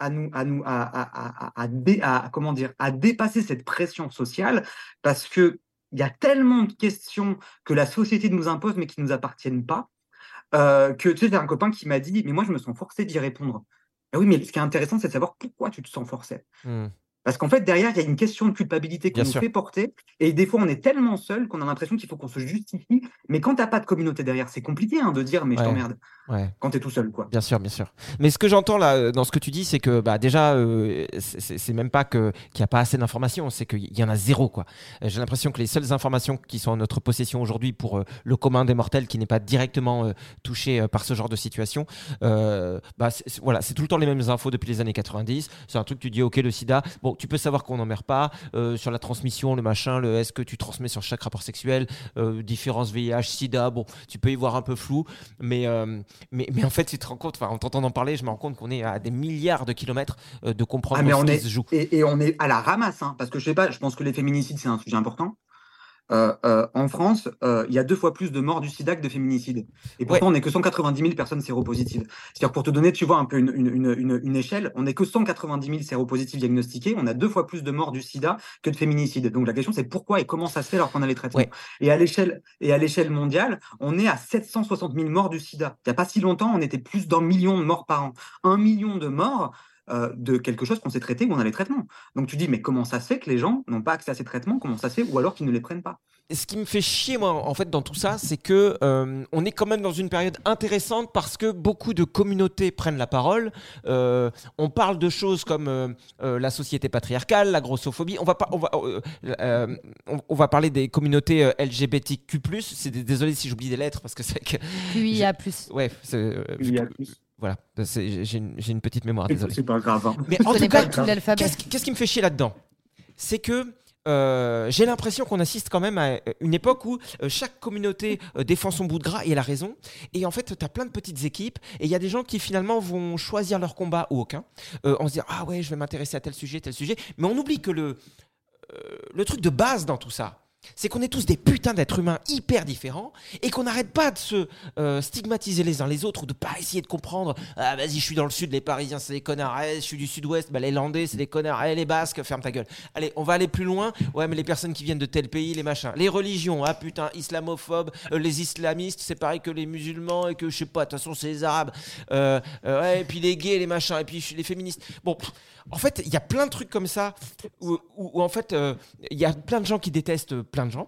à dépasser cette pression sociale, parce que il y a tellement de questions que la société nous impose, mais qui ne nous appartiennent pas, que tu sais, j'ai un copain qui m'a dit, mais moi, je me sens forcé d'y répondre. Ah oui, mais ce qui est intéressant, c'est de savoir pourquoi tu te sens forcé. Parce qu'en fait, derrière, il y a une question de culpabilité qu'on nous fait porter. Et des fois, on est tellement seul qu'on a l'impression qu'il faut qu'on se justifie. Mais quand tu n'as pas de communauté derrière, c'est compliqué de dire « mais je t'emmerde ». Quand tu es tout seul, quoi. Bien sûr, bien sûr. Mais ce que j'entends là, dans ce que tu dis, c'est que déjà, c'est même pas qu'il n'y a pas assez d'informations, c'est qu'il y en a zéro, quoi. J'ai l'impression que les seules informations qui sont en notre possession aujourd'hui pour le commun des mortels qui n'est pas directement touché par ce genre de situation, c'est tout le temps les mêmes infos depuis les années 90. C'est un truc, tu dis, ok, le sida, bon, tu peux savoir qu'on n'en meurt pas, sur la transmission, le machin, est-ce que tu transmets sur chaque rapport sexuel, différence VIH, sida, bon, tu peux y voir un peu flou, mais en fait, tu te rends compte, en t'entendant parler, je me rends compte qu'on est à des milliards de kilomètres de comprendre ce qui se joue. Et on est à la ramasse, parce que je sais pas, je pense que les féminicides, c'est un sujet important. En France, il y a 2 fois plus de morts du sida que de féminicides. Et pourtant, on n'est que 190 000 personnes séropositives. C'est-à-dire, pour te donner, tu vois, un peu une échelle, on n'est que 190 000 séropositifs diagnostiqués, on a 2 fois plus de morts du sida que de féminicides. Donc la question, c'est pourquoi et comment ça se fait alors qu'on a les traitements. Et à l'échelle mondiale, on est à 760 000 morts du sida. Il n'y a pas si longtemps, on était plus d'1 million de morts par an. 1 million de morts de quelque chose qu'on sait traiter où on a les traitements. Donc tu dis, mais comment ça se fait que les gens n'ont pas accès à ces traitements? Comment ça se fait? Ou alors qu'ils ne les prennent pas? Ce qui me fait chier, moi, en fait, dans tout ça, c'est que on est quand même dans une période intéressante parce que beaucoup de communautés prennent la parole. On parle de choses comme la société patriarcale, la grossophobie. On va parler des communautés LGBTQ+. Désolé si j'oublie des lettres parce que c'est que QIA+. Ouais, QIA+. Voilà, j'ai une petite mémoire, désolé. C'est pas grave. Mais en tout cas, qu'est-ce qui me fait chier là-dedans? C'est que j'ai l'impression qu'on assiste quand même à une époque où chaque communauté défend son bout de gras et elle a raison. Et en fait, tu as plein de petites équipes et il y a des gens qui finalement vont choisir leur combat ou aucun. On se dit, je vais m'intéresser à tel sujet. Mais on oublie que le truc de base dans tout ça, c'est qu'on est tous des putains d'êtres humains hyper différents et qu'on n'arrête pas de se stigmatiser les uns les autres ou de pas essayer de comprendre. Ah, vas-y, je suis dans le sud, les Parisiens, c'est des connards. Je suis du sud-ouest, les Landais, c'est des connards. Les Basques, ferme ta gueule. Allez, on va aller plus loin. Ouais, mais les personnes qui viennent de tel pays, les machins. Les religions, ah putain, islamophobes, les islamistes, c'est pareil que les musulmans et que je sais pas, de toute façon, c'est les arabes. Ouais, et puis les gays, les machins, et puis les féministes. Bon, en fait, il y a plein de trucs comme ça où en fait, il y a plein de gens qui détestent plein de gens.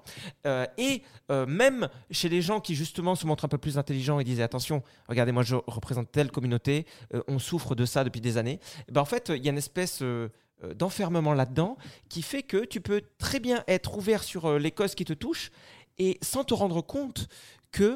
Même chez les gens qui justement se montrent un peu plus intelligents et disent attention, regardez, moi je représente telle communauté, on souffre de ça depuis des années. En fait, il y a une espèce d'enfermement là-dedans qui fait que tu peux très bien être ouvert sur les causes qui te touchent et sans te rendre compte que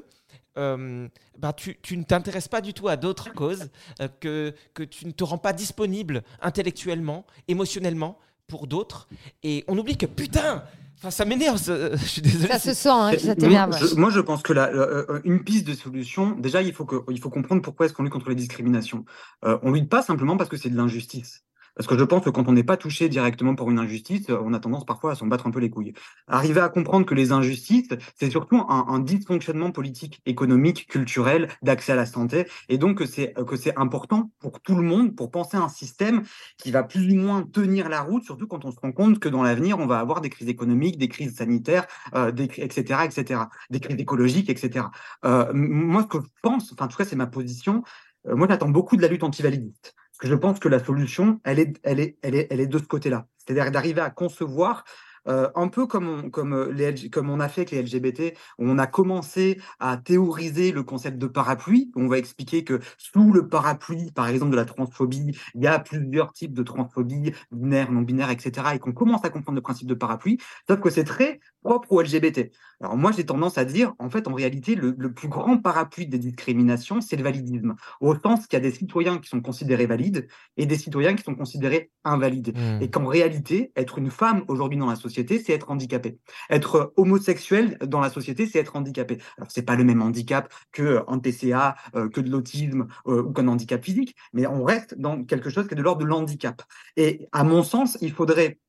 tu ne t'intéresses pas du tout à d'autres causes, que tu ne te rends pas disponible intellectuellement, émotionnellement pour d'autres. Et on oublie que putain, ça m'énerve, je suis désolé. Ça se sent, que ça t'énerve. Moi, je pense que une piste de solution, déjà, il faut comprendre pourquoi est-ce qu'on lutte contre les discriminations. On lutte pas simplement parce que c'est de l'injustice. Parce que je pense que quand on n'est pas touché directement par une injustice, on a tendance parfois à s'en battre un peu les couilles. Arriver à comprendre que les injustices, c'est surtout un dysfonctionnement politique, économique, culturel, d'accès à la santé, et donc que c'est important pour tout le monde, pour penser à un système qui va plus ou moins tenir la route, surtout quand on se rend compte que dans l'avenir, on va avoir des crises économiques, des crises sanitaires, etc., des crises écologiques, etc. Moi, ce que je pense, enfin, en tout cas, c'est ma position, moi, j'attends beaucoup de la lutte antivalidiste. Parce que je pense que la solution, elle est de ce côté-là. C'est-à-dire d'arriver à concevoir un peu comme on a fait avec les LGBT, où on a commencé à théoriser le concept de parapluie. On va expliquer que sous le parapluie, par exemple, de la transphobie, il y a plusieurs types de transphobie, binaire, non binaire, etc. Et qu'on commence à comprendre le principe de parapluie, sauf que c'est très propre aux LGBT. Alors moi, j'ai tendance à dire, en fait, en réalité, le plus grand parapluie des discriminations, c'est le validisme. Au sens qu'il y a des citoyens qui sont considérés valides et des citoyens qui sont considérés invalides. Et qu'en réalité, être une femme aujourd'hui dans la société, c'est être handicapé. Être homosexuel dans la société, c'est être handicapé. Alors, c'est pas le même handicap qu'un TCA, que de l'autisme ou qu'un handicap physique, mais on reste dans quelque chose qui est de l'ordre de l'handicap. Et à mon sens, il faudrait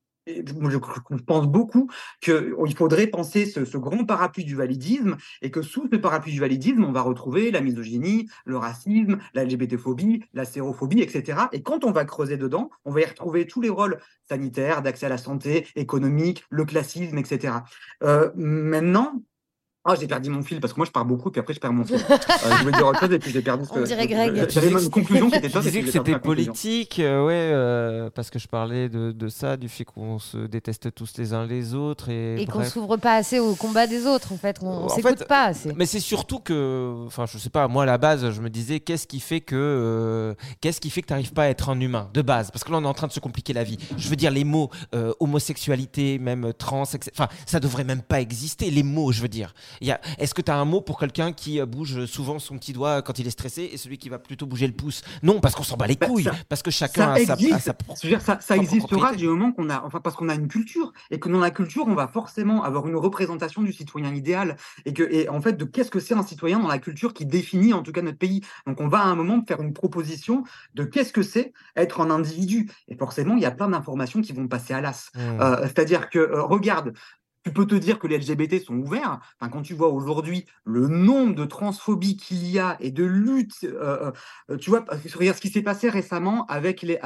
je pense beaucoup qu'il faudrait penser ce grand parapluie du validisme et que sous ce parapluie du validisme, on va retrouver la misogynie, le racisme, la LGBT-phobie, la sérophobie, etc. Et quand on va creuser dedans, on va y retrouver tous les rôles sanitaires, d'accès à la santé, économique, le classisme, etc. Maintenant, j'ai perdu mon fil parce que moi je pars beaucoup puis après je perds mon fil. Je voulais dire autre chose et puis j'ai perdu ce que. On dirait Greg. J'avais une conclusion qui était Je disais que c'était politique, parce que je parlais de ça, du fait qu'on se déteste tous les uns les autres et qu'on s'ouvre pas assez au combat des autres. En fait, on s'écoute pas assez. Mais c'est surtout que, enfin, je sais pas, moi à la base, je me disais qu'est-ce qui fait que t'arrives pas à être un humain de base, parce que là on est en train de se compliquer la vie. Je veux dire les mots homosexualité, même trans, etc. Enfin, ça devrait même pas exister les mots, je veux dire. Est-ce que tu as un mot pour quelqu'un qui bouge souvent son petit doigt quand il est stressé et celui qui va plutôt bouger le pouce? Non, parce qu'on s'en bat les couilles, parce que chacun a sa ça existera du moment parce qu'on a une culture et que dans la culture, on va forcément avoir une représentation du citoyen idéal et en fait de qu'est-ce que c'est un citoyen dans la culture qui définit en tout cas notre pays. Donc on va à un moment faire une proposition de qu'est-ce que c'est être un individu et forcément il y a plein d'informations qui vont passer à l'as. C'est-à-dire que regarde. Tu peux te dire que les LGBT sont ouverts. Enfin, quand tu vois aujourd'hui le nombre de transphobie qu'il y a et de luttes, tu vois, regarde ce qui s'est passé récemment avec les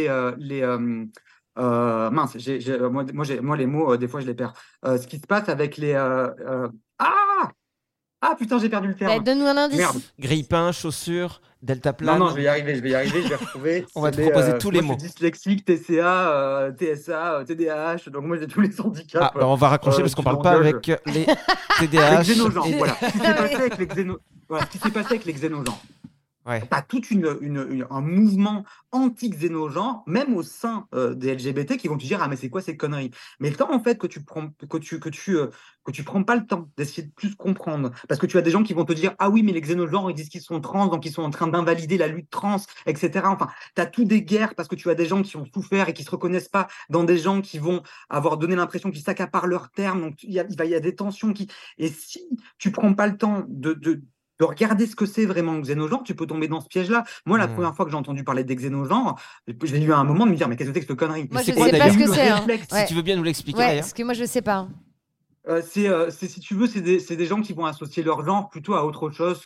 mince, moi les mots des fois je les perds. Ce qui se passe avec les putain, j'ai perdu le terme. Donne-nous un indice. Merde. Grille-pain, chaussures, deltaplane. Non, je vais y arriver, je vais retrouver. On va te proposer tous les mots. Je suis dyslexique, TCA, TSA, TDAH, donc moi j'ai tous les handicaps. On va raccrocher parce qu'on parle pas avec les TDAH. Les xénogenres, voilà. Ce qui s'est passé avec les xénogenres. Ouais. Tu as tout un mouvement anti-xénogenre, même au sein des LGBT, qui vont te dire « Ah, mais c'est quoi ces conneries ?» Mais le temps, en fait, que tu prends pas le temps d'essayer de plus comprendre, parce que tu as des gens qui vont te dire « Ah oui, mais les xénogenres, ils disent qu'ils sont trans, donc ils sont en train d'invalider la lutte trans, etc. » Enfin, tu as tout des guerres, parce que tu as des gens qui ont souffert et qui se reconnaissent pas dans des gens qui vont avoir donné l'impression qu'ils s'accaparent leurs termes, donc il y a des tensions qui… Et si tu prends pas le temps de regarder ce que c'est vraiment le xénogenre, tu peux tomber dans ce piège-là. Moi, la première fois que j'ai entendu parler des xénogenres, j'ai eu un moment de me dire, mais qu'est-ce que c'est que cette connerie? Moi, je sais pas ce que c'est. Si tu veux bien nous l'expliquer. Ouais, parce que moi, je sais pas. Si tu veux, c'est des gens qui vont associer leur genre plutôt à autre chose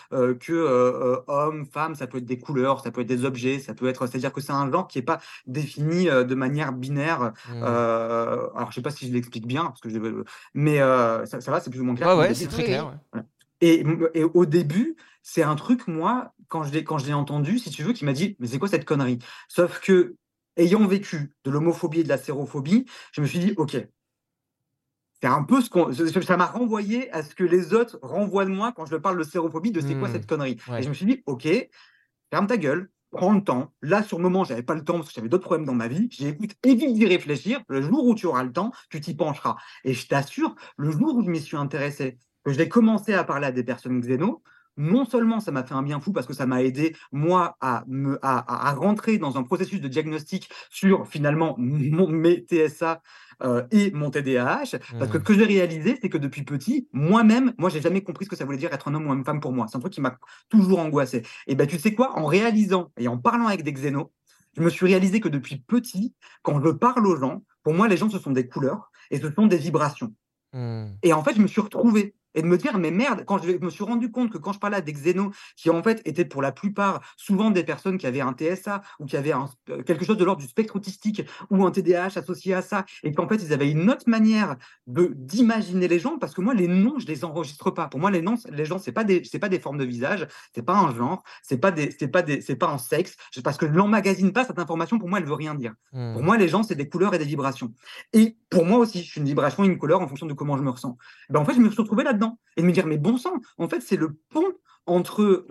que homme, femme. Ça peut être des couleurs, ça peut être des objets, c'est-à-dire que c'est un genre qui est pas défini de manière binaire. Alors, je sais pas si je l'explique bien, mais ça va, c'est plus ou moins clair Ouais, comme ouais, c'est début. très Oui, clair. oui. Ouais. Voilà. Et au début, c'est un truc, moi, quand je l'ai entendu, si tu veux, qui m'a dit, mais c'est quoi cette connerie? Sauf que, ayant vécu de l'homophobie et de la sérophobie, je me suis dit, ok, c'est un peu ça m'a renvoyé à ce que les autres renvoient de moi quand je leur parle de sérophobie, de c'est quoi Hmm. cette connerie. Et Ouais. je me suis dit, ok, ferme ta gueule, prends le temps. Là, sur le moment, j'avais pas le temps parce que j'avais d'autres problèmes dans ma vie. J'ai dit, écoute, évite d'y réfléchir. Le jour où tu auras le temps, tu t'y pencheras. Et je t'assure, le jour où je m'y suis intéressé, que j'ai commencé à parler à des personnes xéno, non seulement ça m'a fait un bien fou parce que ça m'a aidé, moi, à rentrer dans un processus de diagnostic sur finalement mes TSA et mon TDAH, parce que ce Hmm. que j'ai réalisé, c'est que depuis petit, moi-même, j'ai jamais compris ce que ça voulait dire être un homme ou une femme pour moi. C'est un truc qui m'a toujours angoissé. Et ben, tu sais quoi, en réalisant et en parlant avec des xénos, je me suis réalisé que depuis petit, quand je parle aux gens, pour moi, les gens, ce sont des couleurs et ce sont des vibrations. Hmm. Et en fait, je me suis retrouvé. Et de me dire, mais merde, quand je me suis rendu compte que quand je parlais à des xénos, qui en fait étaient pour la plupart souvent des personnes qui avaient un TSA ou qui avaient quelque chose de l'ordre du spectre autistique ou un TDAH associé à ça, et qu'en fait ils avaient une autre manière d'imaginer les gens, parce que moi les noms, je les enregistre pas. Pour moi, les noms, les gens, c'est pas des formes de visage, c'est pas un genre, c'est pas un sexe, parce que je l'emmagasine pas cette information. Pour moi, elle veut rien dire. Pour Hmm. moi, les gens, c'est des couleurs et des vibrations. Et pour moi aussi, je suis une vibration et une couleur en fonction de comment je me ressens. Ben, en fait, je me suis retrouvé là-dedans. Et de me dire, mais bon sang, en fait, c'est le pont entre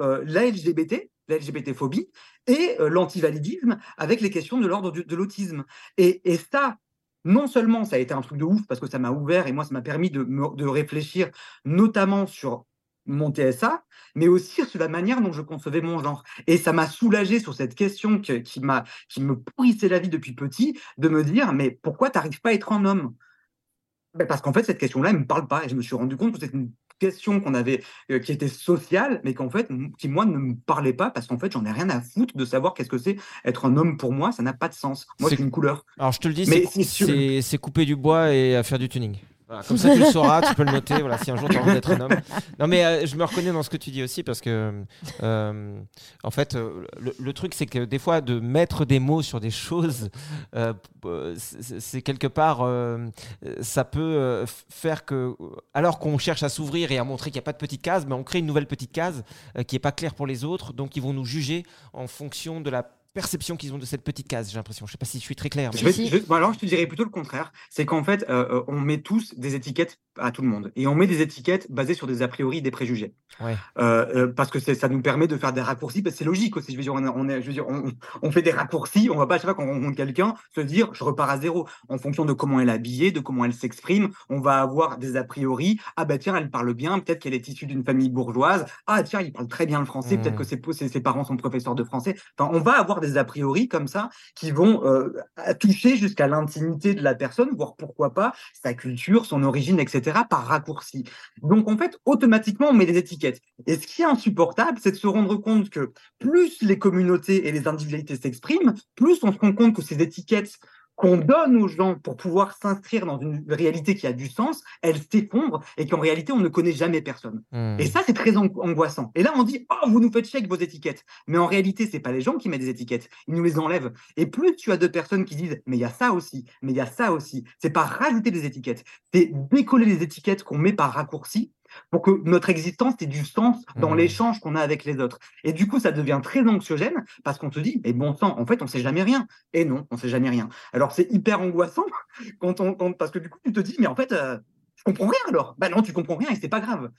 la LGBT-phobie, et l'antivalidisme avec les questions de l'ordre de l'autisme. Et ça, non seulement ça a été un truc de ouf parce que ça m'a ouvert et moi, ça m'a permis de réfléchir notamment sur mon TSA, mais aussi sur la manière dont je concevais mon genre. Et ça m'a soulagé sur cette question qui me pourrissait la vie depuis petit, de me dire, mais pourquoi tu n'arrives pas à être un homme? Ben parce qu'en fait, cette question-là, elle ne me parle pas. Et je me suis rendu compte que c'était une question qui était sociale, mais qu'en fait, qui moi ne me parlait pas, parce qu'en fait, j'en ai rien à foutre de savoir qu'est-ce que c'est être un homme pour moi. Ça n'a pas de sens. Moi, je C'est suis une couleur. Alors je te le dis, Mais c'est sûr. c'est couper du bois et à faire du tuning. Voilà, comme ça tu le sauras, tu peux le noter. Voilà, si un jour tu as envie d'être un homme. Non mais je me reconnais dans ce que tu dis aussi parce que en fait le truc c'est que des fois de mettre des mots sur des choses, c'est quelque part ça peut faire que alors qu'on cherche à s'ouvrir et à montrer qu'il n'y a pas de petite case, mais on crée une nouvelle petite case qui n'est pas claire pour les autres, donc ils vont nous juger en fonction de la perception qu'ils ont de cette petite case, j'ai l'impression. Je sais pas si je suis très clair. Mais... Bon, alors, je te dirais plutôt le contraire. C'est qu'en fait, on met tous des étiquettes à tout le monde. Et on met des étiquettes basées sur des a priori et des préjugés. Ouais. Parce que ça nous permet de faire des raccourcis, parce que c'est logique aussi. Je veux dire, on fait des raccourcis. On va pas, à chaque fois qu'on rencontre quelqu'un, se dire, je repars à zéro. En fonction de comment elle est habillée, de comment elle s'exprime, on va avoir des a priori. Ah bah tiens, elle parle bien, peut-être qu'elle est issue d'une famille bourgeoise. Ah tiens, il parle très bien le français, peut-être que ses parents sont professeurs de français. Enfin, on va avoir des a priori comme ça qui vont toucher jusqu'à l'intimité de la personne, voire pourquoi pas sa culture, son origine, etc., par raccourci. Donc, en fait, automatiquement, on met des étiquettes. Et ce qui est insupportable, c'est de se rendre compte que plus les communautés et les individualités s'expriment, plus on se rend compte que ces étiquettes qu'on donne aux gens pour pouvoir s'inscrire dans une réalité qui a du sens, elles s'effondrent et qu'en réalité, on ne connaît jamais personne. Et ça, c'est très angoissant. Et là, on dit, oh, vous nous faites chier avec vos étiquettes. Mais en réalité, c'est pas les gens qui mettent des étiquettes, ils nous les enlèvent. Et plus tu as de personnes qui disent, mais il y a ça aussi, mais il y a ça aussi, c'est pas rajouter des étiquettes, c'est décoller les étiquettes qu'on met par raccourci pour que notre existence ait du sens dans l'échange qu'on a avec les autres. Et du coup, ça devient très anxiogène parce qu'on se dit, mais bon sang, en fait, on sait jamais rien. Et non, on sait jamais rien. Alors, c'est hyper angoissant parce que du coup, tu te dis, mais en fait, je comprends rien alors. Bah non, tu comprends rien et c'est pas grave.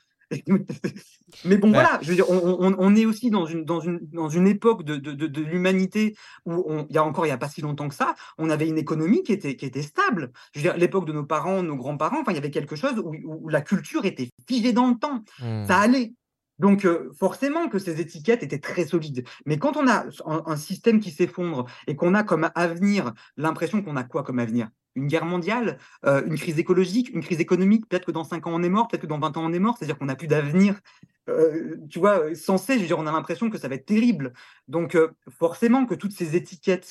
Mais bon, voilà, je veux dire, on est aussi dans une époque de l'humanité où il y a pas si longtemps que ça, on avait une économie qui était stable. Je veux dire, l'époque de nos parents, nos grands-parents, enfin, il y avait quelque chose où la culture était figée dans le temps. Ça allait. Donc, forcément que ces étiquettes étaient très solides. Mais quand on a un système qui s'effondre et qu'on a comme avenir l'impression qu'on a quoi comme avenir? Une guerre mondiale, une crise écologique, une crise économique, peut-être que dans 5 ans on est mort, peut-être que dans 20 ans on est mort, c'est-à-dire qu'on n'a plus d'avenir, tu vois, sensé, je veux dire, on a l'impression que ça va être terrible. Donc forcément que toutes ces étiquettes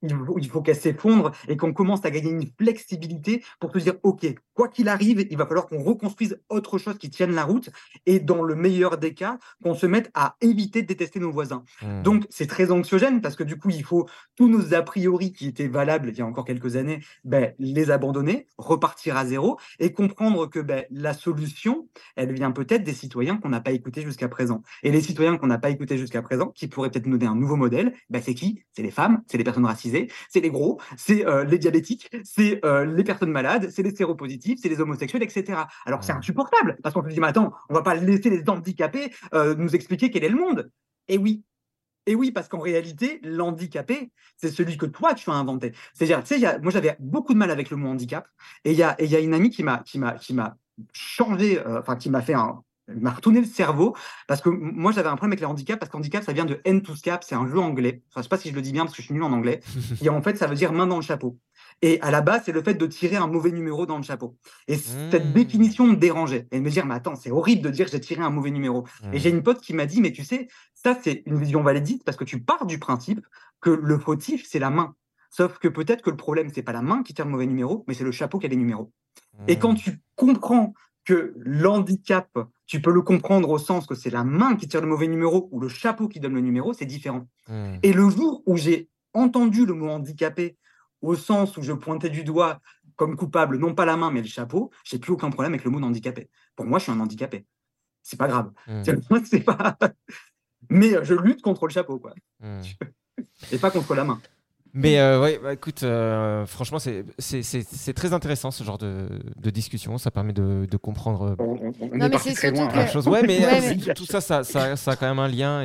il faut qu'elle s'effondre et qu'on commence à gagner une flexibilité pour te dire, OK, quoi qu'il arrive, il va falloir qu'on reconstruise autre chose qui tienne la route et dans le meilleur des cas, qu'on se mette à éviter de détester nos voisins. Donc, c'est très anxiogène parce que du coup, il faut tous nos a priori qui étaient valables il y a encore quelques années, les abandonner, repartir à zéro et comprendre que la solution, elle vient peut-être des citoyens qu'on n'a pas écoutés jusqu'à présent. Et les citoyens qu'on n'a pas écoutés jusqu'à présent, qui pourraient peut-être nous donner un nouveau modèle, c'est qui? C'est les femmes, c'est les personnes racisées, c'est les gros, c'est les diabétiques, c'est les personnes malades, c'est les séropositifs, c'est les homosexuels, etc. Alors c'est insupportable, parce qu'on se dit, mais attends, on va pas laisser les handicapés nous expliquer quel est le monde. Et oui, parce qu'en réalité, l'handicapé, c'est celui que toi, tu as inventé. C'est-à-dire, tu sais, moi, j'avais beaucoup de mal avec le mot handicap. Et il y a une amie qui m'a changé, qui m'a retourné le cerveau. Parce que moi, j'avais un problème avec le handicap, parce qu'handicap, ça vient de N to Scap, c'est un jeu anglais. Enfin, je sais pas si je le dis bien, parce que je suis nul en anglais. Et en fait, ça veut dire main dans le chapeau. Et à la base, c'est le fait de tirer un mauvais numéro dans le chapeau. Et cette définition me dérangeait. Et de me dire, mais attends, c'est horrible de dire que j'ai tiré un mauvais numéro. Et j'ai une pote qui m'a dit, mais tu sais, ça, c'est une vision validiste parce que tu pars du principe que le fautif, c'est la main. Sauf que peut-être que le problème, c'est pas la main qui tire le mauvais numéro, mais c'est le chapeau qui a les numéros. Et quand tu comprends que l'handicap, tu peux le comprendre au sens que c'est la main qui tire le mauvais numéro ou le chapeau qui donne le numéro, c'est différent. Et le jour où j'ai entendu le mot handicapé au sens où je pointais du doigt comme coupable, non pas la main, mais le chapeau, j'ai plus aucun problème avec le mot handicapé. Pour moi, je suis un handicapé. C'est pas grave. C'est pas... Mais je lutte contre le chapeau, quoi. Et pas contre la main. Mais écoute, franchement, c'est très intéressant ce genre de discussion. Ça permet de comprendre on est parti très loin. plein de choses. Ouais, mais tout ça a quand même un lien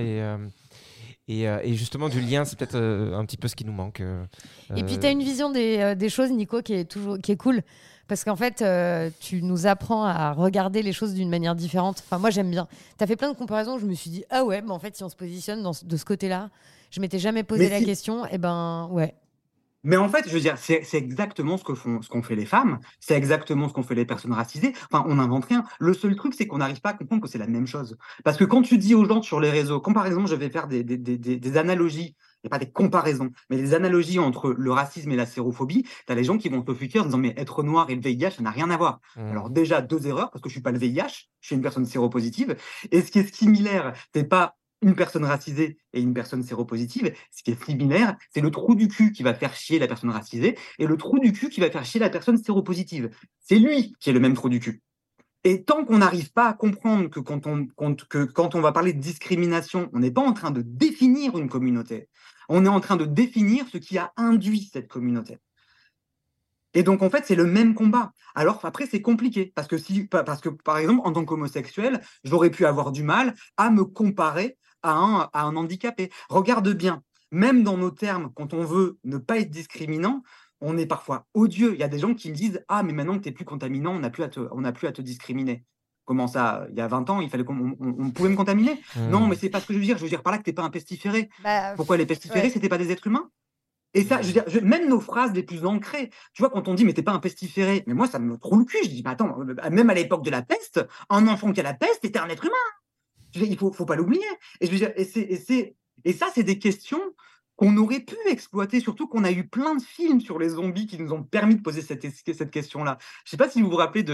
et justement du lien, c'est peut-être un petit peu ce qui nous manque. Et puis tu as une vision des choses, Nico, qui est cool. Parce qu'en fait, tu nous apprends à regarder les choses d'une manière différente. Enfin, moi, j'aime bien. Tu as fait plein de comparaisons. Je me suis dit, ah ouais, mais en fait, si on se positionne de ce côté-là, je m'étais jamais posé la question. Et ouais. Mais en fait, je veux dire, c'est exactement ce qu'ont fait les femmes. C'est exactement ce qu'ont fait les personnes racisées. Enfin, on n'invente rien. Le seul truc, c'est qu'on n'arrive pas à comprendre que c'est la même chose. Parce que quand tu dis aux gens sur les réseaux, quand par exemple, je vais faire des analogies, et pas des comparaisons, mais des analogies entre le racisme et la sérophobie, tu as les gens qui vont te fuiter en disant, mais être noir et le VIH, ça n'a rien à voir. Alors déjà, 2 erreurs, parce que je suis pas le VIH, je suis une personne séropositive. Et ce qui est similaire, c'est pas une personne racisée et une personne séropositive, ce qui est similaire, c'est le trou du cul qui va faire chier la personne racisée et le trou du cul qui va faire chier la personne séropositive. C'est lui qui est le même trou du cul. Et tant qu'on n'arrive pas à comprendre que quand on va parler de discrimination, on n'est pas en train de définir une communauté, on est en train de définir ce qui a induit cette communauté. Et donc, en fait, c'est le même combat. Alors, après, c'est compliqué. Parce que, par exemple, en tant qu'homosexuel, j'aurais pu avoir du mal à me comparer à un handicapé. Regarde bien, même dans nos termes, quand on veut ne pas être discriminant, on est parfois odieux. Il y a des gens qui me disent « Ah, mais maintenant que tu n'es plus contaminant, on n'a plus à te discriminer. » Comment ça? Il y a 20 ans, il fallait on pouvait me contaminer? Non, mais c'est pas ce que je veux dire. Je veux dire par là que tu n'es pas un pestiféré. Pourquoi les pestiférés, c'était pas des êtres humains? Et ça, je veux dire, même nos phrases les plus ancrées, tu vois, quand on dit mais t'es pas un pestiféré, mais moi ça me trouve le cul. Je dis, mais attends, même à l'époque de la peste, un enfant qui a la peste était un être humain. Je veux dire, il faut pas l'oublier. Et je veux dire, et ça, c'est des questions qu'on aurait pu exploiter, surtout qu'on a eu plein de films sur les zombies qui nous ont permis de poser cette question-là. Je sais pas si vous vous rappelez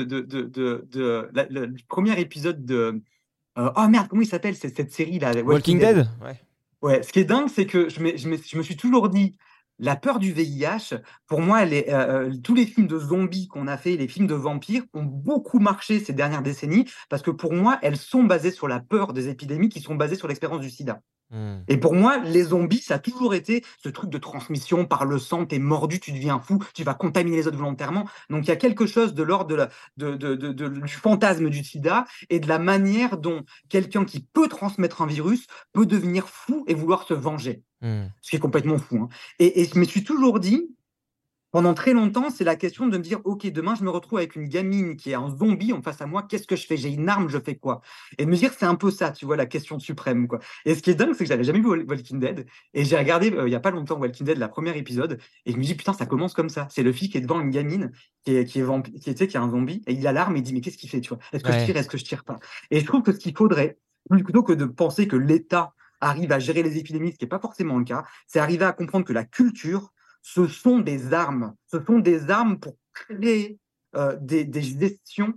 du premier épisode de oh merde, comment il s'appelle cette série là, Walking Dead. Ouais. Ce qui est dingue, c'est que je me suis toujours dit. La peur du VIH, pour moi, tous les films de zombies qu'on a fait, les films de vampires, ont beaucoup marché ces dernières décennies parce que pour moi, elles sont basées sur la peur des épidémies qui sont basées sur l'expérience du sida. Et pour moi, les zombies, ça a toujours été ce truc de transmission par le sang, t'es mordu, tu deviens fou, tu vas contaminer les autres volontairement. Donc il y a quelque chose de l'ordre du fantasme du sida et de la manière dont quelqu'un qui peut transmettre un virus peut devenir fou et vouloir se venger. Ce qui est complètement fou. Hein. Et je me suis toujours dit, pendant très longtemps, c'est la question de me dire, OK, demain, je me retrouve avec une gamine qui est un zombie en face à moi, qu'est-ce que je fais? J'ai une arme, je fais quoi? Et de me dire, c'est un peu ça, tu vois, la question suprême, quoi. Et ce qui est dingue, c'est que j'avais jamais vu Walking Dead, et j'ai regardé, il y a pas longtemps, Walking Dead, la première épisode, et je me dis, putain, ça commence comme ça. C'est le fils qui est devant une gamine, qui est un zombie, et il a l'arme, et il dit, mais qu'est-ce qu'il fait, tu vois? Est-ce que je tire, est-ce que je tire pas? Et je trouve que ce qu'il faudrait, plutôt que de penser que l'État arrive à gérer les épidémies, ce qui n'est pas forcément le cas, c'est arriver à comprendre que la culture ce sont des armes. Ce sont des armes pour créer des gestions,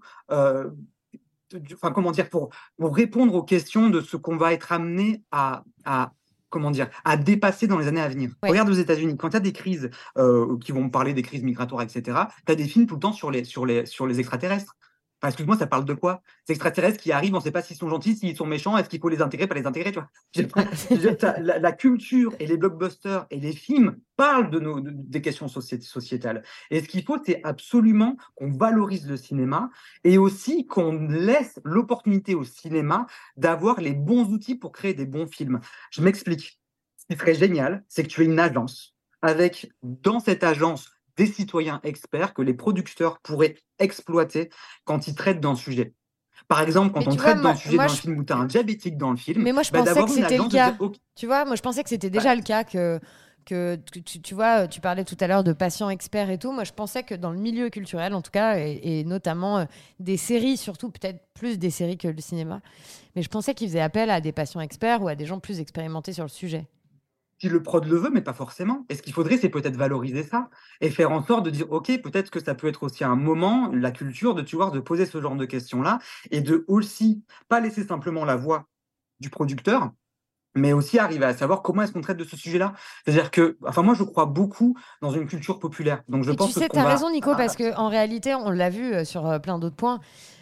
enfin, comment dire, pour répondre aux questions de ce qu'on va être amené comment dire, à dépasser dans les années à venir. Ouais. Regarde aux États-Unis, quand il y a des crises qui vont parler des crises migratoires, etc., tu as des films tout le temps sur les extraterrestres. Enfin, excuse-moi, ça parle de quoi? Ces extraterrestres qui arrivent, on ne sait pas s'ils sont gentils, s'ils sont méchants, est-ce qu'il faut les intégrer, pas les intégrer, tu vois? La culture et les blockbusters et les films parlent des questions sociétales. Et ce qu'il faut, c'est absolument qu'on valorise le cinéma et aussi qu'on laisse l'opportunité au cinéma d'avoir les bons outils pour créer des bons films. Je m'explique. Ce qui serait génial, c'est que tu aies une agence avec, dans cette agence, des citoyens experts que les producteurs pourraient exploiter quand ils traitent d'un sujet. Par exemple, quand Mais on tu traite vois, d'un sujet dans un film où tu as un diabétique dans le film, mais moi, je pensais d'avoir que une c'était le agence de cas. dire, OK, Tu vois, moi, je pensais que c'était déjà le cas, que tu vois, tu parlais tout à l'heure de patients experts et tout. Moi, je pensais que dans le milieu culturel, en tout cas, et notamment des séries, surtout peut-être plus des séries que le cinéma, mais je pensais qu'ils faisaient appel à des patients experts ou à des gens plus expérimentés sur le sujet. si le prod le veut, mais pas forcément. Et ce qu'il faudrait, c'est peut-être valoriser ça et faire en sorte de dire, OK, peut-être que ça peut être aussi un moment, la culture, tu vois, de poser ce genre de questions-là et de aussi pas laisser simplement la voix du producteur, mais aussi arriver à savoir comment est-ce qu'on traite de ce sujet-là. C'est-à-dire que, enfin, moi, je crois beaucoup dans une culture populaire. Donc, je Et tu pense que sais, ce tu qu'on as va... raison, Nico, parce qu'en réalité, on l'a vu sur plein d'autres points.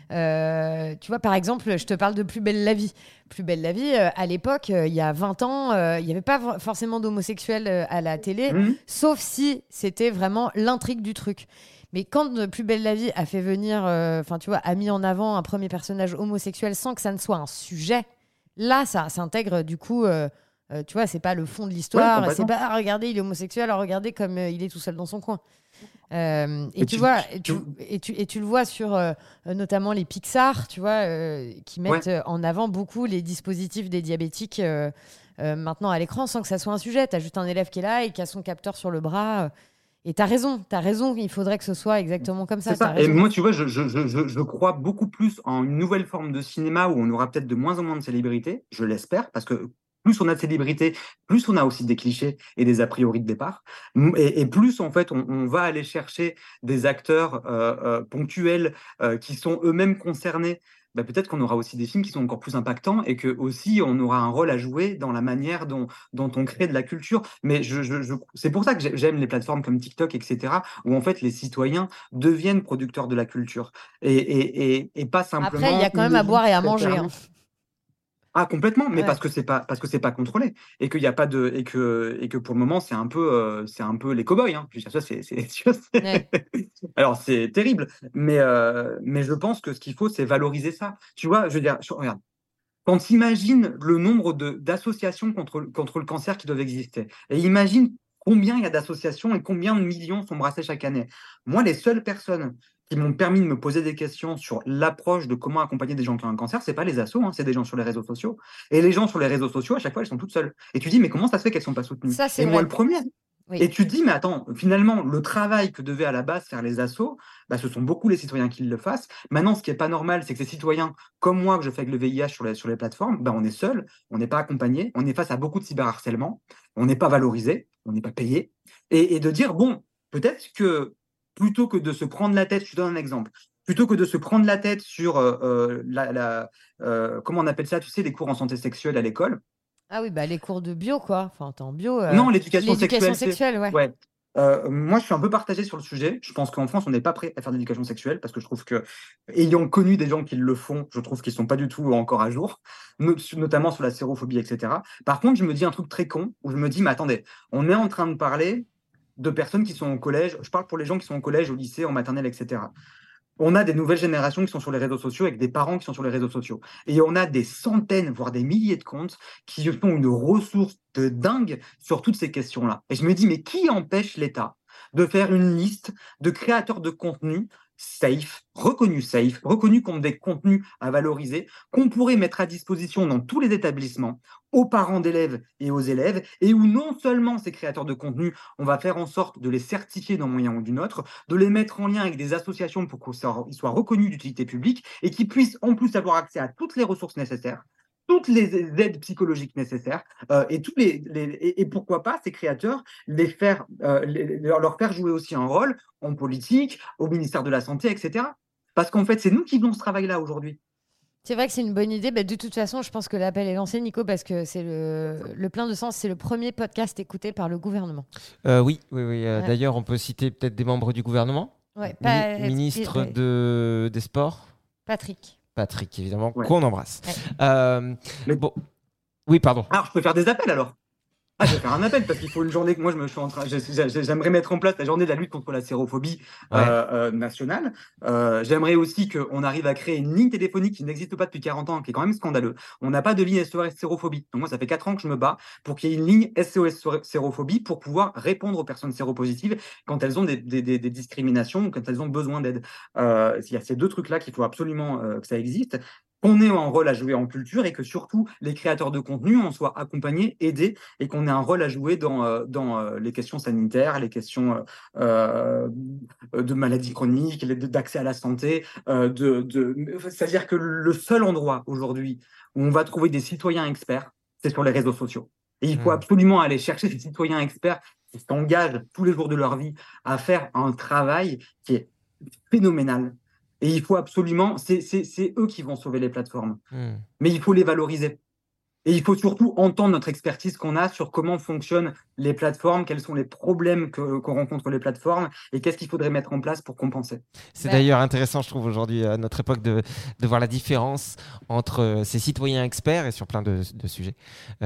Tu vois, par exemple, je te parle de Plus belle la vie. Plus belle la vie, à l'époque, il y a 20 ans, il n'y avait pas forcément d'homosexuels à la télé, sauf si c'était vraiment l'intrigue du truc. Mais quand Plus belle la vie a fait venir, enfin, tu vois, a mis en avant un premier personnage homosexuel sans que ça ne soit un sujet, là, ça s'intègre du coup. Tu vois, c'est pas le fond de l'histoire, c'est complètement. pas ah, regardez, il est homosexuel, alors regardez comme il est tout seul dans son coin. Et Et tu tu- vois, tu- tu le vois sur notamment les Pixar, tu vois, qui mettent Ouais. en avant beaucoup les dispositifs des diabétiques maintenant à l'écran sans que ça soit un sujet. T'as juste un élève qui est là et qui a son capteur sur le bras. Et t'as raison, il faudrait que ce soit exactement comme ça. C'est T'as ça. Et raison. moi, tu vois, je crois beaucoup plus en une nouvelle forme de cinéma où on aura peut-être de moins en moins de célébrités, je l'espère, parce que plus on a de célébrités, plus on a aussi des clichés et des a priori de départ. Et plus, en fait, on va aller chercher des acteurs ponctuels qui sont eux-mêmes concernés. Bah, peut-être qu'on aura aussi des films qui sont encore plus impactants et que aussi on aura un rôle à jouer dans la manière dont on crée de la culture. Mais c'est pour ça que j'aime les plateformes comme TikTok, etc., où en fait les citoyens deviennent producteurs de la culture et pas Après, il y simplement a quand une même à boire élite et à très manger. fermée. Ah, complètement, mais Ouais. parce que c'est pas contrôlé et qu'il y a pas de et que pour le moment c'est un peu les cow-boys, hein. Je veux dire, ça tu vois, Ouais. alors c'est terrible, mais je pense que ce qu'il faut c'est valoriser ça. Tu vois, je veux dire, regarde, quand tu imagines le nombre d'associations contre le cancer qui doivent exister, et imagine combien il y a d'associations et combien de millions sont brassés chaque année. Moi, les seules personnes qui m'ont permis de me poser des questions sur l'approche de comment accompagner des gens qui ont un cancer, c'est pas les assos, hein, c'est des gens sur les réseaux sociaux. Et les gens sur les réseaux sociaux, à chaque fois, elles sont toutes seules. Et tu dis, mais comment ça se fait qu'elles sont pas soutenues? Ça, c'est Et moi, vrai. le premier. Oui. Et tu te dis, mais attends, finalement, le travail que devaient à la base faire les assos, bah, ce sont beaucoup les citoyens qui le fassent. Maintenant, ce qui n'est pas normal, c'est que ces citoyens, comme moi, que je fais avec le VIH sur les plateformes, bah, on est seul, on n'est pas accompagné, on est face à beaucoup de cyberharcèlement, on n'est pas valorisé, on n'est pas payé. Et de dire, bon, peut-être que plutôt que de se prendre la tête, je te donne un exemple, plutôt que de se prendre la tête sur comment on appelle ça, tu sais, les cours en santé sexuelle à l'école. Ah oui, bah les cours de bio, quoi. Enfin, t'es en bio. Non, l'éducation L'éducation sexuelle, sexuelle, ouais. ouais. Moi, je suis un peu partagé sur le sujet. Je pense qu'en France, on n'est pas prêt à faire de l'éducation sexuelle parce que je trouve que, ayant connu des gens qui le font, je trouve qu'ils sont pas du tout encore à jour, notamment sur la sérophobie, etc. Par contre, je me dis un truc très con où je me dis, mais attendez, on est en train de parler de personnes qui sont au collège. Je parle pour les gens qui sont au collège, au lycée, en maternelle, etc. On a des nouvelles générations qui sont sur les réseaux sociaux avec des parents qui sont sur les réseaux sociaux. Et on a des centaines, voire des milliers de comptes qui sont une ressource de dingue sur toutes ces questions-là. Et je me dis, mais qui empêche l'État de faire une liste de créateurs de contenu safe, reconnus comme des contenus à valoriser, qu'on pourrait mettre à disposition dans tous les établissements, aux parents d'élèves et aux élèves, et où non seulement ces créateurs de contenu, on va faire en sorte de les certifier d'un moyen ou d'une autre, de les mettre en lien avec des associations pour qu'ils soient reconnus d'utilité publique et qu'ils puissent en plus avoir accès à toutes les ressources nécessaires toutes les aides psychologiques nécessaires et et pourquoi pas ces créateurs leur faire jouer aussi un rôle en politique, au ministère de la Santé, etc. Parce qu'en fait, c'est nous qui faisons ce travail-là aujourd'hui. C'est vrai que c'est une bonne idée. De toute façon, je pense que l'appel est lancé, Nico, parce que c'est le plein de sens. C'est le premier podcast écouté par le gouvernement. Oui. D'ailleurs, on peut citer peut-être des membres du gouvernement. Ouais, Ministre des Sports. Patrick, évidemment, qu'on embrasse. Mais bon. Oui, pardon. Alors, je peux faire des appels alors. Je vais faire un appel parce qu'il faut une journée que moi j'aimerais mettre en place la journée de la lutte contre la sérophobie nationale. J'aimerais aussi qu'on arrive à créer une ligne téléphonique qui n'existe pas depuis 40 ans, qui est quand même scandaleux. On n'a pas de ligne SOS sérophobie. Donc moi, ça fait 4 ans que je me bats pour qu'il y ait une ligne SOS sérophobie pour pouvoir répondre aux personnes séropositives quand elles ont des discriminations ou quand elles ont besoin d'aide. Il y a ces deux trucs-là qu'il faut absolument que ça existe. Qu'on ait un rôle à jouer en culture et que surtout les créateurs de contenu en soient accompagnés, aidés et qu'on ait un rôle à jouer dans les questions sanitaires, les questions de maladies chroniques, d'accès à la santé. C'est-à-dire que le seul endroit aujourd'hui où on va trouver des citoyens experts, c'est sur les réseaux sociaux. Et il faut absolument aller chercher ces citoyens experts qui s'engagent tous les jours de leur vie à faire un travail qui est phénoménal. Et il faut absolument, c'est eux qui vont sauver les plateformes. Mais il faut les valoriser. Et il faut surtout entendre notre expertise qu'on a sur comment fonctionnent les plateformes, quels sont les problèmes qu'on rencontre les plateformes et qu'est-ce qu'il faudrait mettre en place pour compenser. C'est d'ailleurs intéressant, je trouve, aujourd'hui, à notre époque, de voir la différence entre ces citoyens experts et sur plein de sujets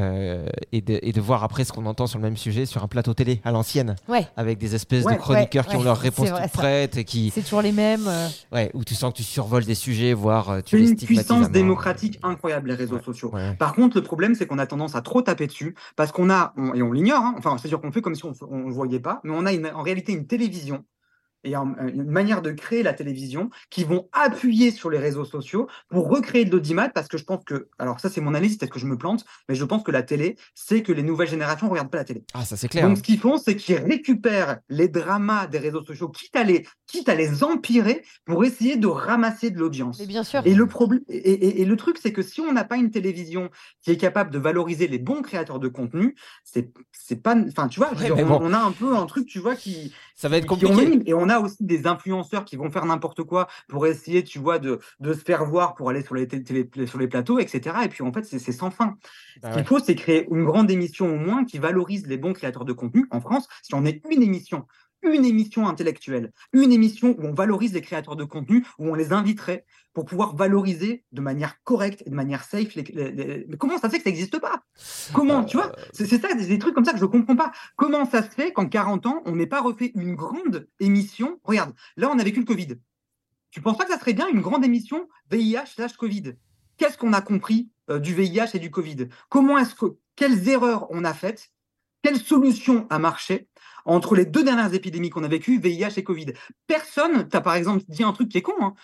et de voir après ce qu'on entend sur le même sujet sur un plateau télé à l'ancienne, avec des espèces de chroniqueurs qui ont leurs réponses toutes prêtes. C'est toujours les mêmes. Où tu sens que tu survoles des sujets, voire tu les les stigmatises. C'est une puissance à démocratique incroyable, les réseaux sociaux. Par contre, le problème, c'est qu'on a tendance à trop taper dessus parce et on l'ignore, hein, enfin, c'est sûr qu'on fait comme si on ne voyait pas, mais on a en réalité une télévision et une manière de créer la télévision qui vont appuyer sur les réseaux sociaux pour recréer de l'audimat parce que je pense que, alors ça c'est mon analyse, peut-être que je me plante, mais je pense que la télé, c'est que les nouvelles générations ne regardent pas la télé. Ah, ça c'est clair. Donc ce qu'ils font, c'est qu'ils récupèrent les dramas des réseaux sociaux, quitte à les empirer pour essayer de ramasser de l'audience. Mais bien sûr. Et le truc, c'est que si on n'a pas une télévision qui est capable de valoriser les bons créateurs de contenu, c'est pas, enfin tu vois, on a un peu un truc, tu vois, ça va être compliqué. Et on a aussi des influenceurs qui vont faire n'importe quoi pour essayer, tu vois, de se faire voir pour aller sur les plateaux, etc. Et puis en fait, c'est sans fin. Ce qu'il faut, c'est créer une grande émission au moins qui valorise les bons créateurs de contenu en France. Si on est une émission intellectuelle, une émission où on valorise les créateurs de contenu, où on les inviterait pour pouvoir valoriser de manière correcte et de manière safe mais comment ça se fait que ça n'existe pas? Comment, tu vois, c'est ça, des trucs comme ça que je ne comprends pas. Comment ça se fait qu'en 40 ans, on n'ait pas refait une grande émission? Regarde, là, on a vécu le Covid. Tu ne penses pas que ça serait bien une grande émission VIH/Covid? Qu'est-ce qu'on a compris du VIH et du Covid? Quelles erreurs on a faites? Quelle solution a marché entre les deux dernières épidémies qu'on a vécues, VIH et Covid? Personne, tu as par exemple dit un truc qui est con, hein,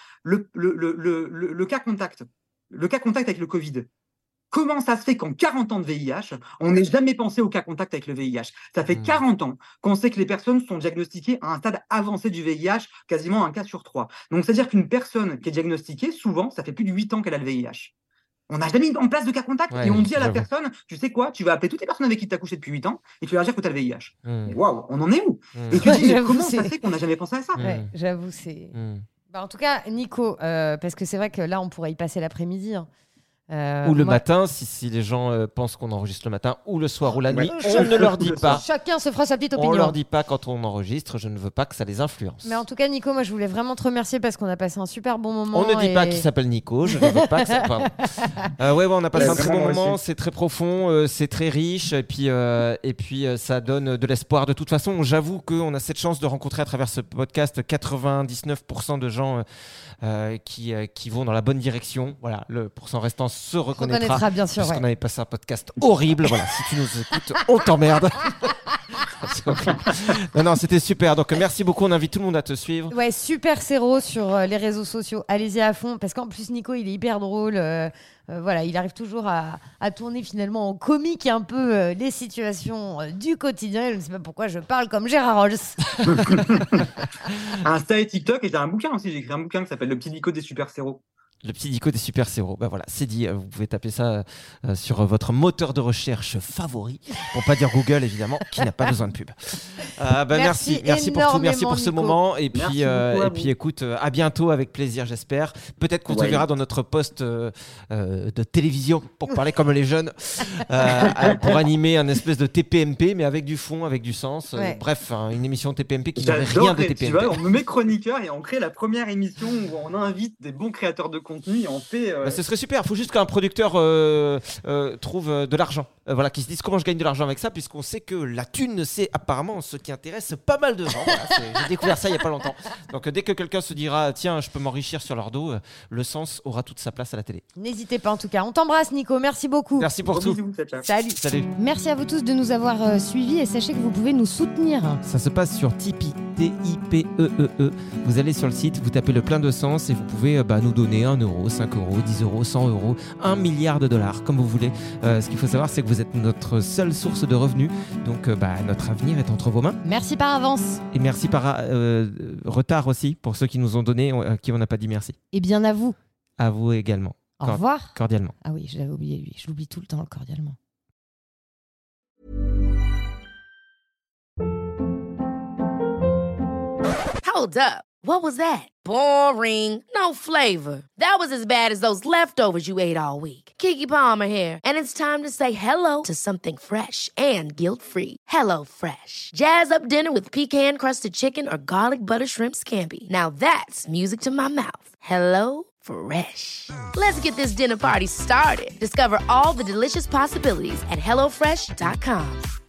le cas contact. Le cas contact avec le Covid. Comment ça se fait qu'en 40 ans de VIH, on n'ait jamais pensé au cas contact avec le VIH? Ça fait 40 ans qu'on sait que les personnes sont diagnostiquées à un stade avancé du VIH, quasiment un cas sur 3. Donc, c'est-à-dire qu'une personne qui est diagnostiquée, souvent, ça fait plus de 8 ans qu'elle a le VIH. On n'a jamais mis en place de cas contact et on dit à la personne, tu sais quoi, tu vas appeler toutes les personnes avec qui tu as couché depuis 8 ans et tu vas leur dire que tu as le VIH. Waouh, on en est où? Et tu dis, comment ça se fait qu'on n'a jamais pensé à ça? J'avoue, c'est... en tout cas, Nico, parce que c'est vrai que là, on pourrait y passer l'après-midi. Hein. Ou le matin, si les gens pensent qu'on enregistre le matin, ou le soir ou la nuit, on ne leur dit pas. Chacun se fera sa petite opinion. On leur dit pas quand on enregistre, je ne veux pas que ça les influence. Mais en tout cas, Nico, moi je voulais vraiment te remercier parce qu'on a passé un super bon moment. On ne dit pas qu'il s'appelle Nico, je ne veux pas que ça... on a passé un très bon moment, c'est très profond, c'est très riche, et puis ça donne de l'espoir. De toute façon, j'avoue qu'on a cette chance de rencontrer à travers ce podcast 99% de gens qui vont dans la bonne direction. Voilà, le pourcent restant se reconnaîtra bien sûr, parce qu'on avait passé un podcast horrible. Voilà, si tu nous écoutes, on t'emmerde. Non, c'était super. Donc merci beaucoup. On invite tout le monde à te suivre. Ouais, Super Séro sur les réseaux sociaux. Allez-y à fond parce qu'en plus Nico, il est hyper drôle. Voilà, il arrive toujours à tourner finalement en comique un peu les situations du quotidien. Je ne sais pas pourquoi je parle comme Gérard Rolls. Insta et TikTok, et j'ai un bouquin aussi. J'ai écrit un bouquin qui s'appelle Le petit Nico des Super Séros. Le petit dico des Super Séros. Bah voilà, c'est dit. Vous pouvez taper ça sur votre moteur de recherche favori. Pour pas dire Google, évidemment, qui n'a pas besoin de pub. Merci pour tout. Merci pour ce Nico. moment. Et puis, écoute, à bientôt avec plaisir, j'espère. Peut-être qu'on te verra dans notre poste de télévision pour parler comme les jeunes, pour animer un espèce de TPMP, mais avec du fond, avec du sens. Bref, une émission TPMP qui n'aurait rien de TPMP. Tu vois, on me met chroniqueur et on crée la première émission où on invite des bons créateurs de contenu et on fait. Ce serait super. Il faut juste qu'un producteur trouve de l'argent. Qui se dise comment je gagne de l'argent avec ça, puisqu'on sait que la thune, c'est apparemment ce qui intéresse pas mal de gens. J'ai découvert ça il y a pas longtemps. Donc dès que quelqu'un se dira tiens, je peux m'enrichir sur leur dos, le sens aura toute sa place à la télé. N'hésitez pas en tout cas. On t'embrasse, Nico. Merci beaucoup. Merci pour tout. Bisous, Salut. Merci à vous tous de nous avoir suivis et sachez que vous pouvez nous soutenir. Ça se passe sur Tipeee, T-I-P-E-E-E. Vous allez sur le site, vous tapez le plein de sens et vous pouvez nous donner 1 euro, 5 euros, 10 euros, 100 euros, 1 milliard de dollars, comme vous voulez. Ce qu'il faut savoir, c'est que vous êtes notre seule source de revenus. Donc, notre avenir est entre vos mains. Merci par avance. Et merci par retard aussi pour ceux qui nous ont donné, à qui on n'a pas dit merci. Et bien à vous. À vous également. Au revoir. Cordialement. Ah oui, je l'avais oublié lui. Je l'oublie tout le temps, cordialement. Hold up. What was that? Boring. No flavor. That was as bad as those leftovers you ate all week. Keke Palmer here, and it's time to say hello to something fresh and guilt-free. Hello Fresh. Jazz up dinner with pecan-crusted chicken or garlic butter shrimp scampi. Now that's music to my mouth. Hello Fresh. Let's get this dinner party started. Discover all the delicious possibilities at HelloFresh.com.